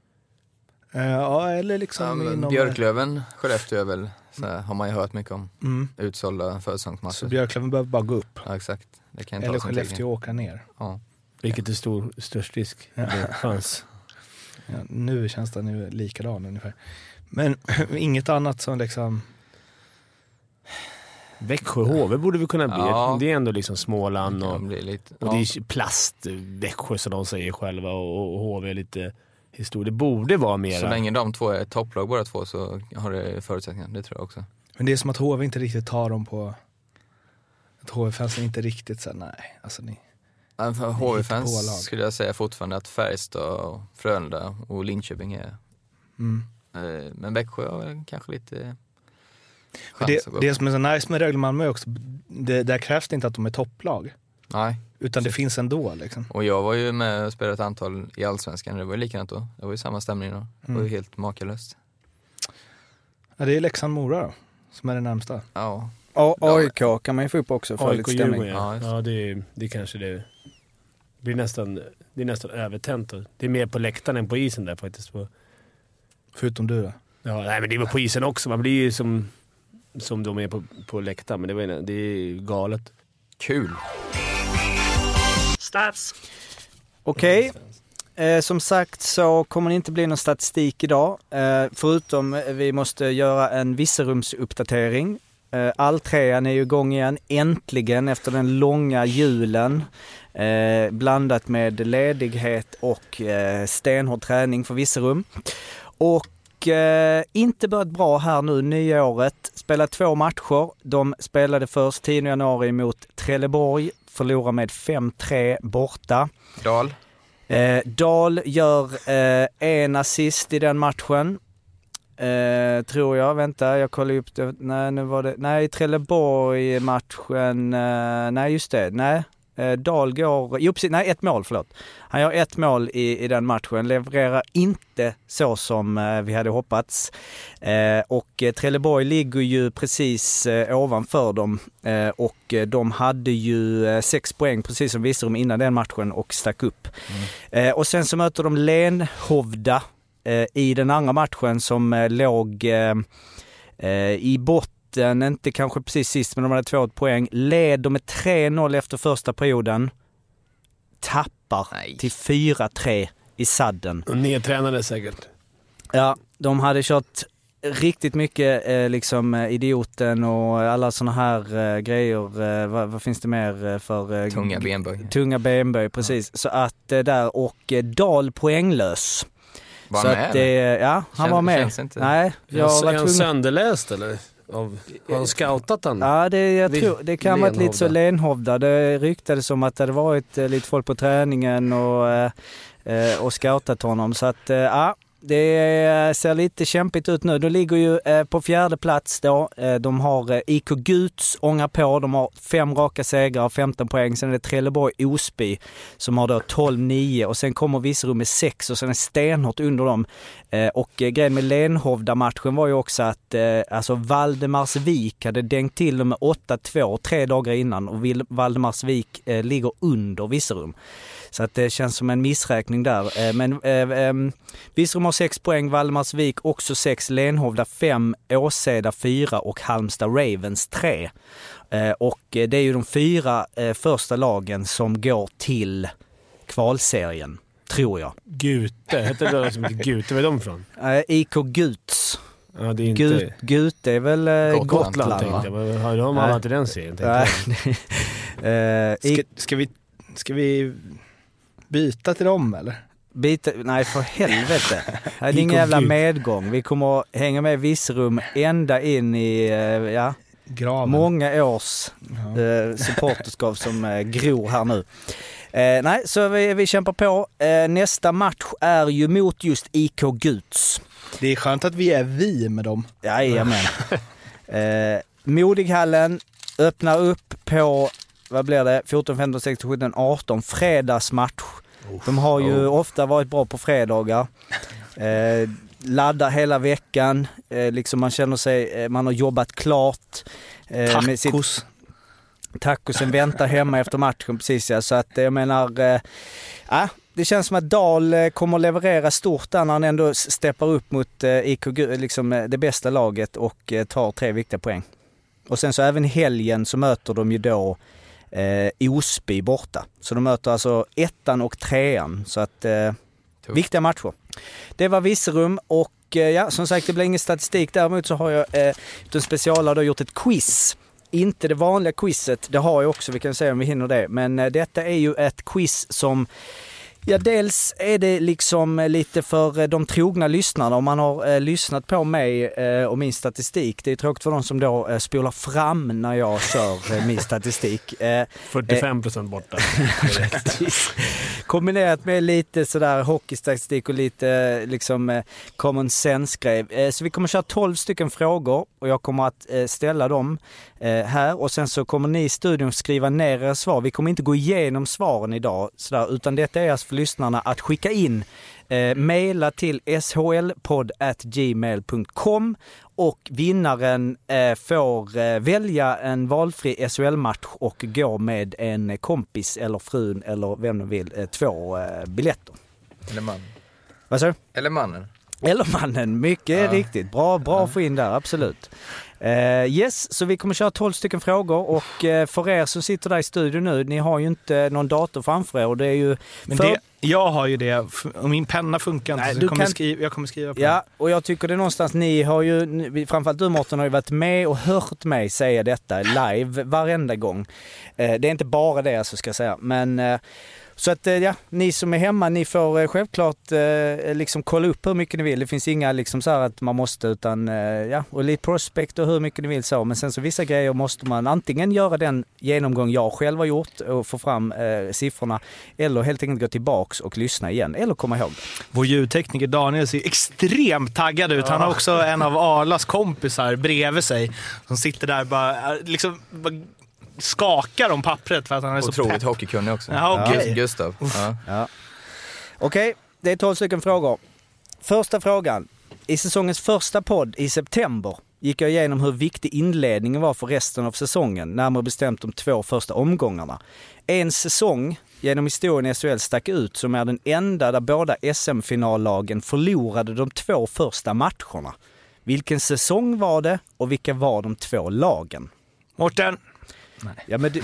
ja, eller liksom inom Björklöven, Skellefteå är väl så här, har man ju hört mycket om. Utsålda försäsongsmatcher. Så Björklöven behöver bara gå upp. Ja, exakt. Det kan eller Skellefteå åka ner. Ja. Vilket är störst risk. Det fanns. Ja, nu känns det nu likadan ungefär. Men inget annat som liksom... Växjö HV borde vi kunna bli. Ja. Det är ändå liksom Småland och bli lite, och det är plast Växjö som de säger själva, och HV är lite historia. Det borde vara mer. Så länge de två är topplag båda två så har det förutsättningar, det tror jag också. Men det är som att HV inte riktigt tar dem på... Att HV-fansen inte riktigt så nej, alltså ni... För HV-fans skulle jag säga fortfarande att Färjestad, Frölunda och Linköping är... Men Växjö har kanske lite chans att gå. Det som är så nice med Rögle Malmö också, där krävs det inte att de är topplag. Nej. Utan det finns ändå liksom. Och jag var ju med och spelade ett antal i Allsvenskan. Det var ju likadant då. Det var ju samma stämning då. Det var ju helt makalöst. Ja, det är Leksand-Mora då, som är det närmsta. Ja. AIK kan man ju få upp också för lite stämning. Ja, det kanske det blir nästan övertänt. Det är mer på läktaren än på isen där faktiskt. Förutom du då? Ja, nej, men det är på isen också. Man blir ju som de är på läktaren, men det är galet. Kul. Stats. Okej. Som sagt så kommer det inte bli någon statistik idag. Förutom vi måste göra en visserumsuppdatering. Alltrean är ju igång igen, äntligen efter den långa julen. Blandat med ledighet och stenhård träning för Virserum. Och inte börjat bra här nu, nya året. Spelat 2 matcher. De spelade först 10 januari mot Trelleborg. Förlorar med 5-3 borta. Dahl gör en assist i den matchen. Tror jag. Vänta, jag kollar upp det. Nej, Trelleborg-matchen. Nej, just det. Nej. Dahl går... ett mål, förlåt. Han gör 1 mål i den matchen. Levererar inte så som vi hade hoppats. Och Trelleborg ligger ju precis ovanför dem. Och de hade ju 6 poäng precis som Virserum innan den matchen och stack upp. Och sen så möter de Lenhovda i den andra matchen som låg i botten. Inte kanske precis sist, men de hade 2 poäng. Leder med 3-0 efter första perioden. Tappar till 4-3 i sadden. Och nedtränade säkert. Ja, de hade kört riktigt mycket liksom idioten och alla såna här grejer. Vad finns det mer för... Tunga benböj, precis. Så att där, och Dahl poänglös. Var så med, att det, han var med. Nej, är han sönderläst eller? Har han scoutat han? Ja, jag tror det kan vara lite så Lenhovda. Det ryktades som att det hade varit lite folk på träningen och scoutat honom. Så att det ser lite kämpigt ut nu. De ligger ju på 4:e plats då. De har IK Guts ångar på. De har 5 raka segrar, 15 poäng. Sen är det Trelleborg Osby som har då 12-9. Och sen kommer Virserum med 6 och sen är stenhårt under dem. Och grejen med Lenhovda-matchen var ju också att alltså Valdemarsvik hade dängt till dem med 8-2 3 dagar innan. Och Valdemarsvik ligger under Virserum. Så att det känns som en missräkning där. Men Virserum har 6 poäng, Valdemarsvik också 6, Lenhovda 5, Åseda 4 och Halmstad Ravens 3. Och det är ju de 4 första lagen som går till kvalserien, tror jag. Gute, heter det som Gute, var är de från? IK Guts. Ja, det är inte... Gute är väl Gotland, tänkte jag. Har de alla till den serien? Ska vi byta till dem eller? Nej, för helvete. Det är ingen jävla medgång. Vi kommer att hänga med Virserum ända in i många års supporterskap som gror här nu. Nej, så vi kämpar på. Nästa match är ju mot just IK Guts. Det är skönt att vi är med dem. Jajamän. Modighallen öppnar upp på, vad blir det? 14, 15, 16, 17, 18 fredagsmatch. De har ju ofta varit bra på fredagar. Laddar hela veckan. Liksom man känner sig, man har jobbat klart. Tacos. Tacosen väntar hemma efter matchen, precis. Ja. Så att jag menar, det känns som att Dahl kommer leverera stort där när han ändå steppar upp mot IK, liksom det bästa laget och tar 3 viktiga poäng. Och sen så även i helgen så möter de ju då Osby borta. Så de möter alltså 1:an och 3:an. Så att viktiga matcher. Det var Virserum och som sagt det blir ingen statistik. Däremot så har jag en specialare då gjort ett quiz. Inte det vanliga quizet, det har jag också, vi kan se om vi hinner det. Men detta är ju ett quiz som, dels är det liksom lite för de trogna lyssnarna. Om man har lyssnat på mig och min statistik. Det är tråkigt för de som då spolar fram när jag kör min statistik. 45% borta. Kombinerat med lite sådär hockeystatistik och lite liksom common sense-grej. Så vi kommer köra 12 stycken frågor och jag kommer att ställa dem här. Och sen så kommer ni i studion skriva ner era svar. Vi kommer inte gå igenom svaren idag sådär, utan detta är för lyssnarna att skicka in mejla till shlpodd@gmail.com och vinnaren får välja en valfri SHL-match och gå med en kompis eller frun eller vem de vill 2 biljetter. Eller man. Vad sa du? Eller mannen. Eller mannen, mycket riktigt. Bra att få in där, absolut. Yes, så vi kommer köra 12 stycken frågor och för er som sitter där i studion nu, ni har ju inte någon dator framför er och det är ju... Jag har ju det, och min penna funkar inte. Nej, jag kommer skriva på det. Och jag tycker det är någonstans, ni har ju, framförallt du Mårten har ju varit med och hört mig säga detta live varenda gång. Det är inte bara det alltså, ska jag säga. Men så att ni som är hemma, ni får självklart liksom kolla upp hur mycket ni vill. Det finns inga liksom så här att man måste, utan och lite prospect och hur mycket ni vill så. Men sen så vissa grejer måste man antingen göra den genomgång jag själv har gjort och få fram siffrorna, eller helt enkelt gå tillbaks och lyssna igen, eller komma ihåg det. Vår ljudtekniker Daniel ser extremt taggad ut. Han har också en av Arlas kompisar bredvid sig som sitter där bara skakar om pappret för att han är så otroligt hockeykunnig också. Ja, okay. Gustav. Ja. Okej, det är 12 stycken frågor. Första frågan. I säsongens första podd i september gick jag igenom hur viktig inledningen var för resten av säsongen, närmare bestämt de 2 första omgångarna. En säsong genom historien i SHL stack ut som är den enda där båda SM-finallagen förlorade de 2 första matcherna. Vilken säsong var det och vilka var de 2 lagen? Mårten. Nej. Ja, men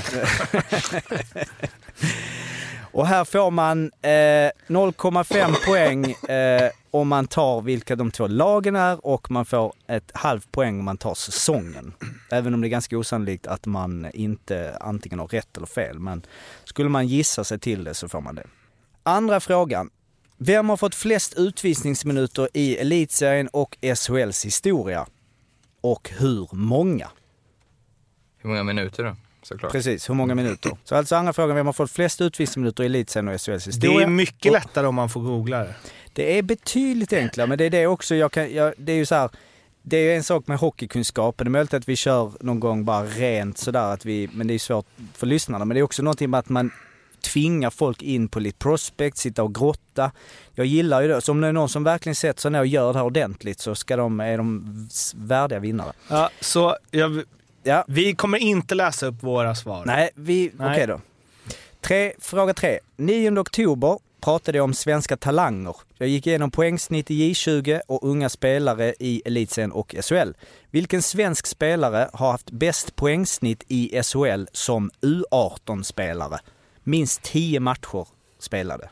och här får man 0,5 poäng om man tar vilka de 2 lagen är, och man får ett halvt poäng om man tar säsongen. Även om det är ganska osannolikt att man inte antingen har rätt eller fel, men skulle man gissa sig till det så får man det. Andra frågan. Vem har fått flest utvisningsminuter i elitserien och SHLs historia? Och hur många? Hur många minuter då? Såklart. Precis, hur många minuter. Så alltså andra frågan, vem har fått flest utvisningsminuter i elitserien och SHLs historia? Det är mycket lättare om man får googla det. Det är betydligt enklare, men det är det också. Det är ju så här, det är en sak med hockeykunskapen. Det är möjligt att vi kör någon gång bara rent sådär, men det är svårt för lyssnarna. Men det är också någonting med att man tvingar folk in på lite prospect, sitta och grotta. Jag gillar ju det. Så om det är någon som verkligen sätter sig ner och gör det här ordentligt, så är de värdiga vinnare. Ja, så vi kommer inte läsa upp våra svar. Nej. Okej då. Fråga 3. 9 oktober pratade jag om svenska talanger. Jag gick igenom poängsnitt i J20 och unga spelare i elitserien och SHL. Vilken svensk spelare har haft bäst poängsnitt i SHL som U18-spelare? Minst 10 matcher spelade.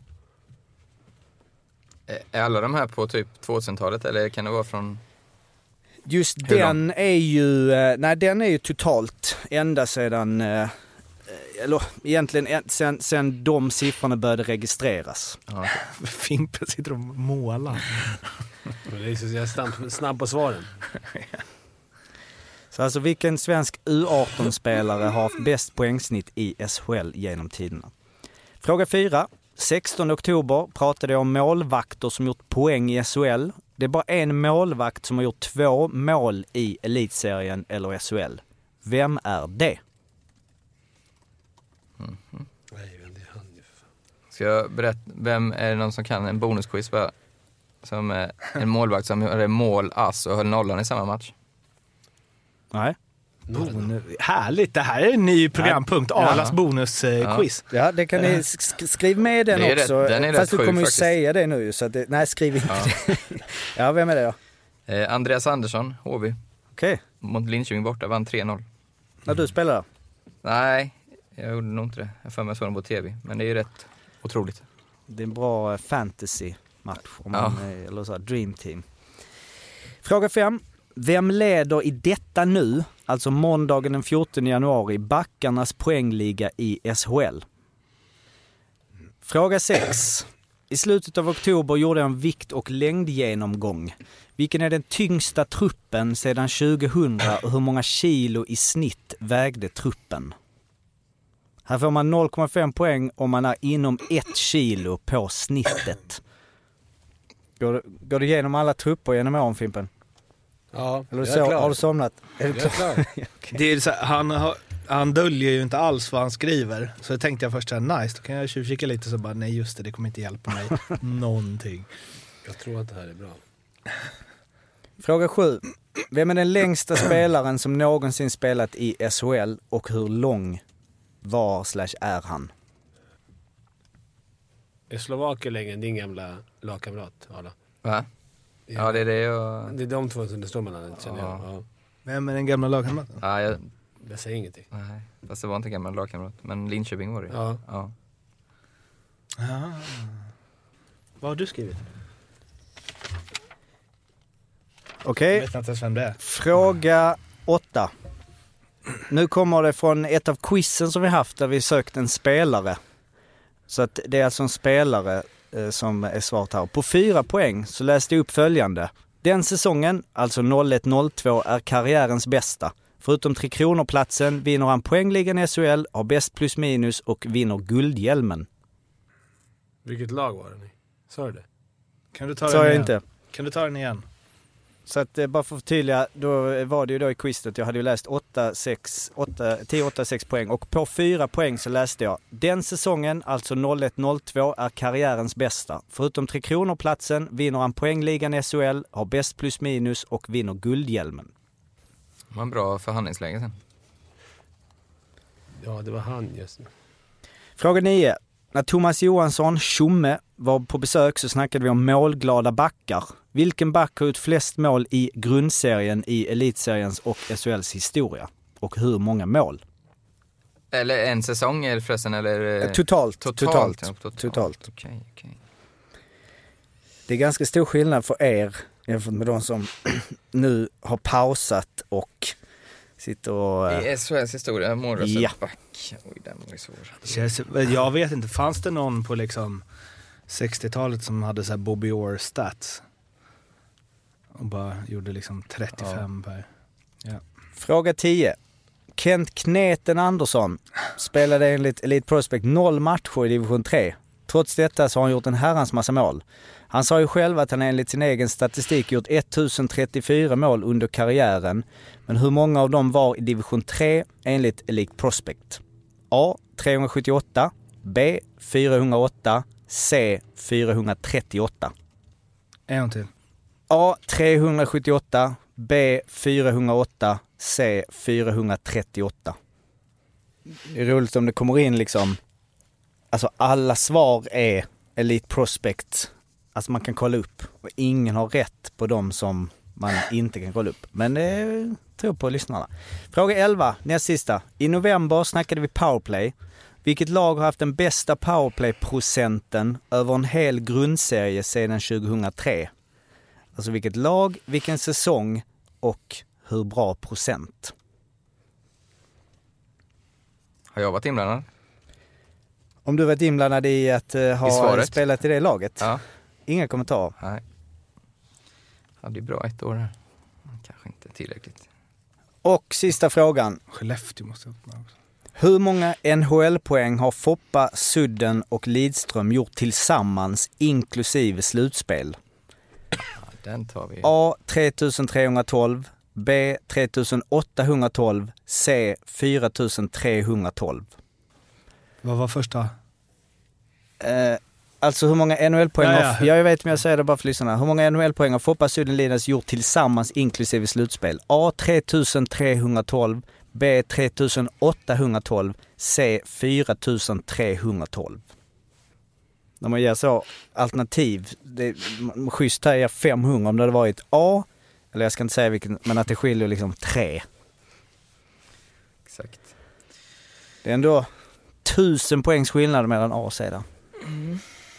Är alla de här på typ 2000-talet, eller kan det vara från... Just den är ju, den är ju totalt ända sedan, eller egentligen sen de siffrorna började registreras. Ja. Fimpen sitter och målar. Det är så jag snabb på svaren. Så alltså vilken svensk U18-spelare har haft bäst poängsnitt i SHL genom tiderna? Fråga 4. 16 oktober pratade jag om målvakter som gjort poäng i SHL. Det är bara en målvakt som har gjort 2 mål i elitserien eller SHL. Vem är det? Mm-hmm. Ska jag berätta, vem är det någon som kan en bonusquiz som är en målvakt som hade mål-ass och höll nollan i samma match? Nej. Härligt, det här är en ny programpunkt. Arlas bonusquiz. Ja, det kan ni skriva med den också. Fast du kommer ju säga det nu. Så att nej, skriv inte det. Ja, vem är det då? Andreas Andersson, HV. Okej. Mot Linköping borta, vann 3-0. När du spelar? Nej, jag gjorde nog inte det. Jag får mig såg den på tv. Men det är ju rätt otroligt. Det är en bra fantasy-match. Eller så här, dream team. Fråga 5. Vem leder i detta nu, alltså måndagen den 14 januari, backarnas poängliga i SHL? Fråga 6. I slutet av oktober gjorde jag en vikt- och längdgenomgång. Vilken är den tyngsta truppen sedan 2000 och hur många kilo i snitt vägde truppen? Här får man 0,5 poäng om man är inom 1 kilo på snittet. Går du igenom alla trupper genom åren, Fimpen? Ja, eller så, har du somnat? Är du klar? Okay. Det är så här, han döljer ju inte alls vad han skriver. Så tänkte jag först så här, nice, då kan jag tjuvkika lite, så bara, nej just det kommer inte hjälpa mig någonting. Jag tror att det här är bra. Fråga 7. Vem är den längsta spelaren som någonsin spelat i SHL och hur lång är han? Är Slovakien längre än din gamla lagkamrat, Arla? Va? Ja, det är det jag... Det är de två som det står mellan, känner jag. Ja. Vem är den gamla lagkamraten? Ja, jag säger ingenting. Nej, fast det var inte gamla lagkamrat. Men Linköping var det. Ja. Ja. Vad har du skrivit? Okej. Jag vet inte ens vem det är. Fråga 8. Nu kommer det från ett av quizen som vi haft där vi sökt en spelare. Så att det är alltså en spelare som är svaret här. På 4 poäng så läste jag upp följande. Den säsongen, alltså 01-02, är karriärens bästa. Förutom 3 kronor-platsen vinner han poängligan i SHL, har bäst plus minus och vinner guldhjälmen. Vilket lag var den i? Sa du det? Kan du ta Sa den jag igen? inte. Kan du ta den igen? Så att bara för att förtydliga, då var det ju då i quizet, jag hade ju läst 10-8-6 poäng och på 4 poäng så läste jag den säsongen, alltså 01-02, är karriärens bästa. Förutom 3 kronor-platsen vinner han poängligan i SHL, har bäst plus minus och vinner guldhjälmen. Det var en bra förhandlingsläge sen. Ja, det var han just nu. Fråga 9. När Thomas Johansson, Tjomme, var på besök så snackade vi om målglada backar. Vilken back har ut flest mål i grundserien i elitseriens och SHLs historia? Och hur många mål? Eller en säsong eller förresten, eller? Totalt. Okej. Det är ganska stor skillnad för er jämfört med de som nu har pausat och sitter och... I SHLs historia, målröstet back. Oj, den var ju svår. Jag vet inte, fanns det någon på liksom 60-talet som hade så här Bobby Orr stats? Och bara gjorde liksom 35 per... Ja. Fråga 10. Kent Kneten Andersson spelade enligt Elite Prospect 0 matcher i division 3. Trots detta så har han gjort en herrans massa mål. Han sa ju själv att han enligt sin egen statistik gjort 1034 mål under karriären. Men hur många av dem var i division 3 enligt Elite Prospect? A. 378, B. 408, C. 438. En till. A. 378, B. 408, C. 438. Det är roligt om det kommer in liksom... Alltså alla svar är Elite Prospect. Alltså man kan kolla upp. Och ingen har rätt på dem som man inte kan kolla upp. Men det tror på lyssnarna. Fråga 11, näst sista. I november snackade vi powerplay. Vilket lag har haft den bästa powerplay-procenten över en hel grundserie sedan 2003? Alltså vilket lag, vilken säsong och hur bra procent? Har jag varit inblandad? Om du varit inblandad i att ha spelat i det laget? Ja. Inga kommentarer? Nej. Hade ju bra ett år här. Kanske inte tillräckligt. Och sista frågan. Skellefteå måste jag öppna också. Hur många NHL-poäng har Foppa, Sudden och Lidström gjort tillsammans inklusive slutspel? Ja, den tar vi. A. 3312, B. 3812, C. 4312. Vad var första? Alltså hur många NHL-poäng har... Jag vet, men jag säger det bara för lyssnarna. Hur många NHL-poäng har Foppa, Sudden, Linas gjort tillsammans inklusive slutspel? A. 3312, B. 3812, C. 4312. När man ger så alternativ, det schysst här är 500 om det hade varit A, eller jag ska inte säga vilken, men att det skiljer liksom 3. Exakt. Det är ändå 1000 poängs skillnad mellan A och C där. Mm.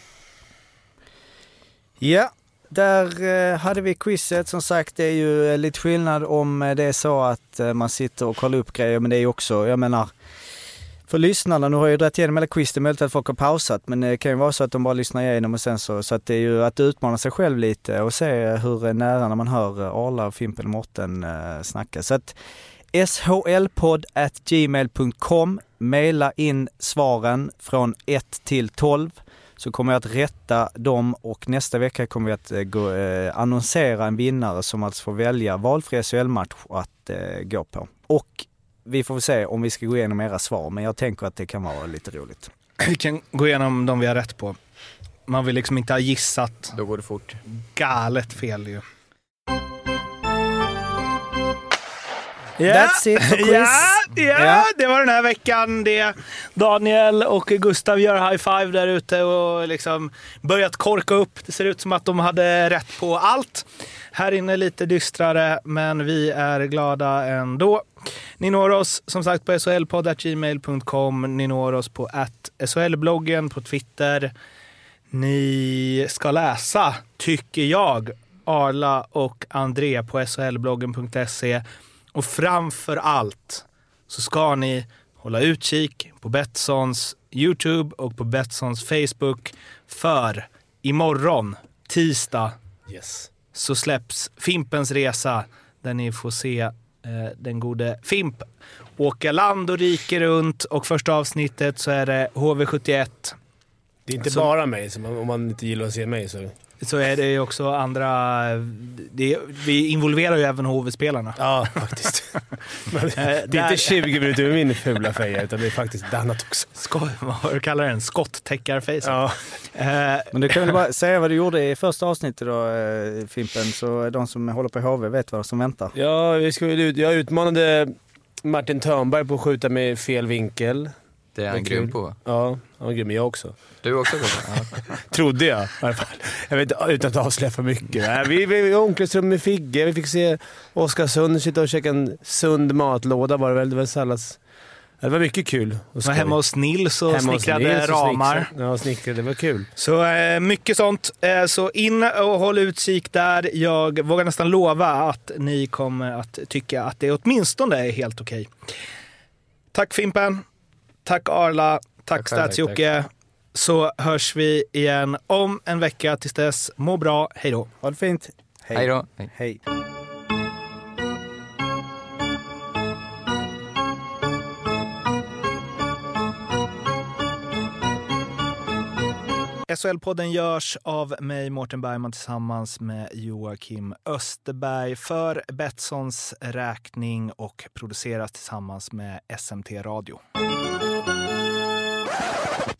Ja, där hade vi quizet. Som sagt, det är ju lite skillnad om det är så att man sitter och kollar upp grejer, men det är ju också, jag menar, för lyssnarna, nu har jag ju dragit igenom hela quiz, det är möjligt att folk har pausat, men det kan ju vara så att de bara lyssnar igenom och sen så att det är ju att utmana sig själv lite och se hur nära när man hör Arla och Fimpen och Morten snacka. Så att shlpodd@gmail.com, maila in svaren från 1 till 12 så kommer jag att rätta dem och nästa vecka kommer vi att annonsera en vinnare som alltså får välja valfri SHL-match att gå på. Och vi får se om vi ska gå igenom era svar, men jag tänker att det kan vara lite roligt. Vi kan gå igenom de vi har rätt på. Man vill liksom inte ha gissat. Då går det fort. Galet fel ju. That's it for quiz. Ja, det var den här veckan. Det Daniel och Gustav gör high five där ute och liksom börjat korka upp. Det ser ut som att de hade rätt på allt. Här inne lite dystrare, men vi är glada ändå. Ni når oss som sagt på shlpodd@gmail.com. Ni når oss på @shlbloggen på Twitter. Ni ska läsa, tycker jag, Arla och André på shlbloggen.se. Och framför allt så ska ni hålla utkik på Betssons YouTube och på Betssons Facebook. För imorgon, tisdag, så släpps Fimpens Resa, där ni får se den gode Fimp åka land och rike runt. Och första avsnittet så är det HV71. Det är inte bara mig, om man inte gillar att se mig så är det ju också andra. Vi involverar ju även HV-spelarna. Ja, faktiskt. Men det är inte 20 minuter med min fula feja, utan det är faktiskt annat också. Vad du kallar den? Skotttäckarfejsen. Ja. Men du kan väl bara säga vad du gjorde i första avsnittet då, Fimpen, så de som håller på HV vet vad som väntar. Ja, jag utmanade Martin Törnberg på att skjuta med fel vinkel. Det är han grym på, va? Ja, han var grym. Jag också. Du också på det? Trodde jag i alla fall. Jag vet inte, utan att avslöja för mycket. Vi omklädningsrum med Figge. Vi fick se Oskarsund sitta och käka en sund matlåda. Det var sallads. Det var mycket kul. Var hemma hos Nils och snickrade ramar. Ja, snickrade. Det var kul. Så mycket sånt. Så in och håll utkik där. Jag vågar nästan lova att ni kommer att tycka att det åtminstone är helt okej. Tack Fimpen. Tack Arla. Tack Stats-Jocke. Så hörs vi igen om en vecka. Tills dess, må bra. Hej då. Ha det fint. Hej då. Hej. SHL-podden görs av mig, Mårten Bergman, tillsammans med Joakim Österberg för Betssons räkning och produceras tillsammans med SMT Radio.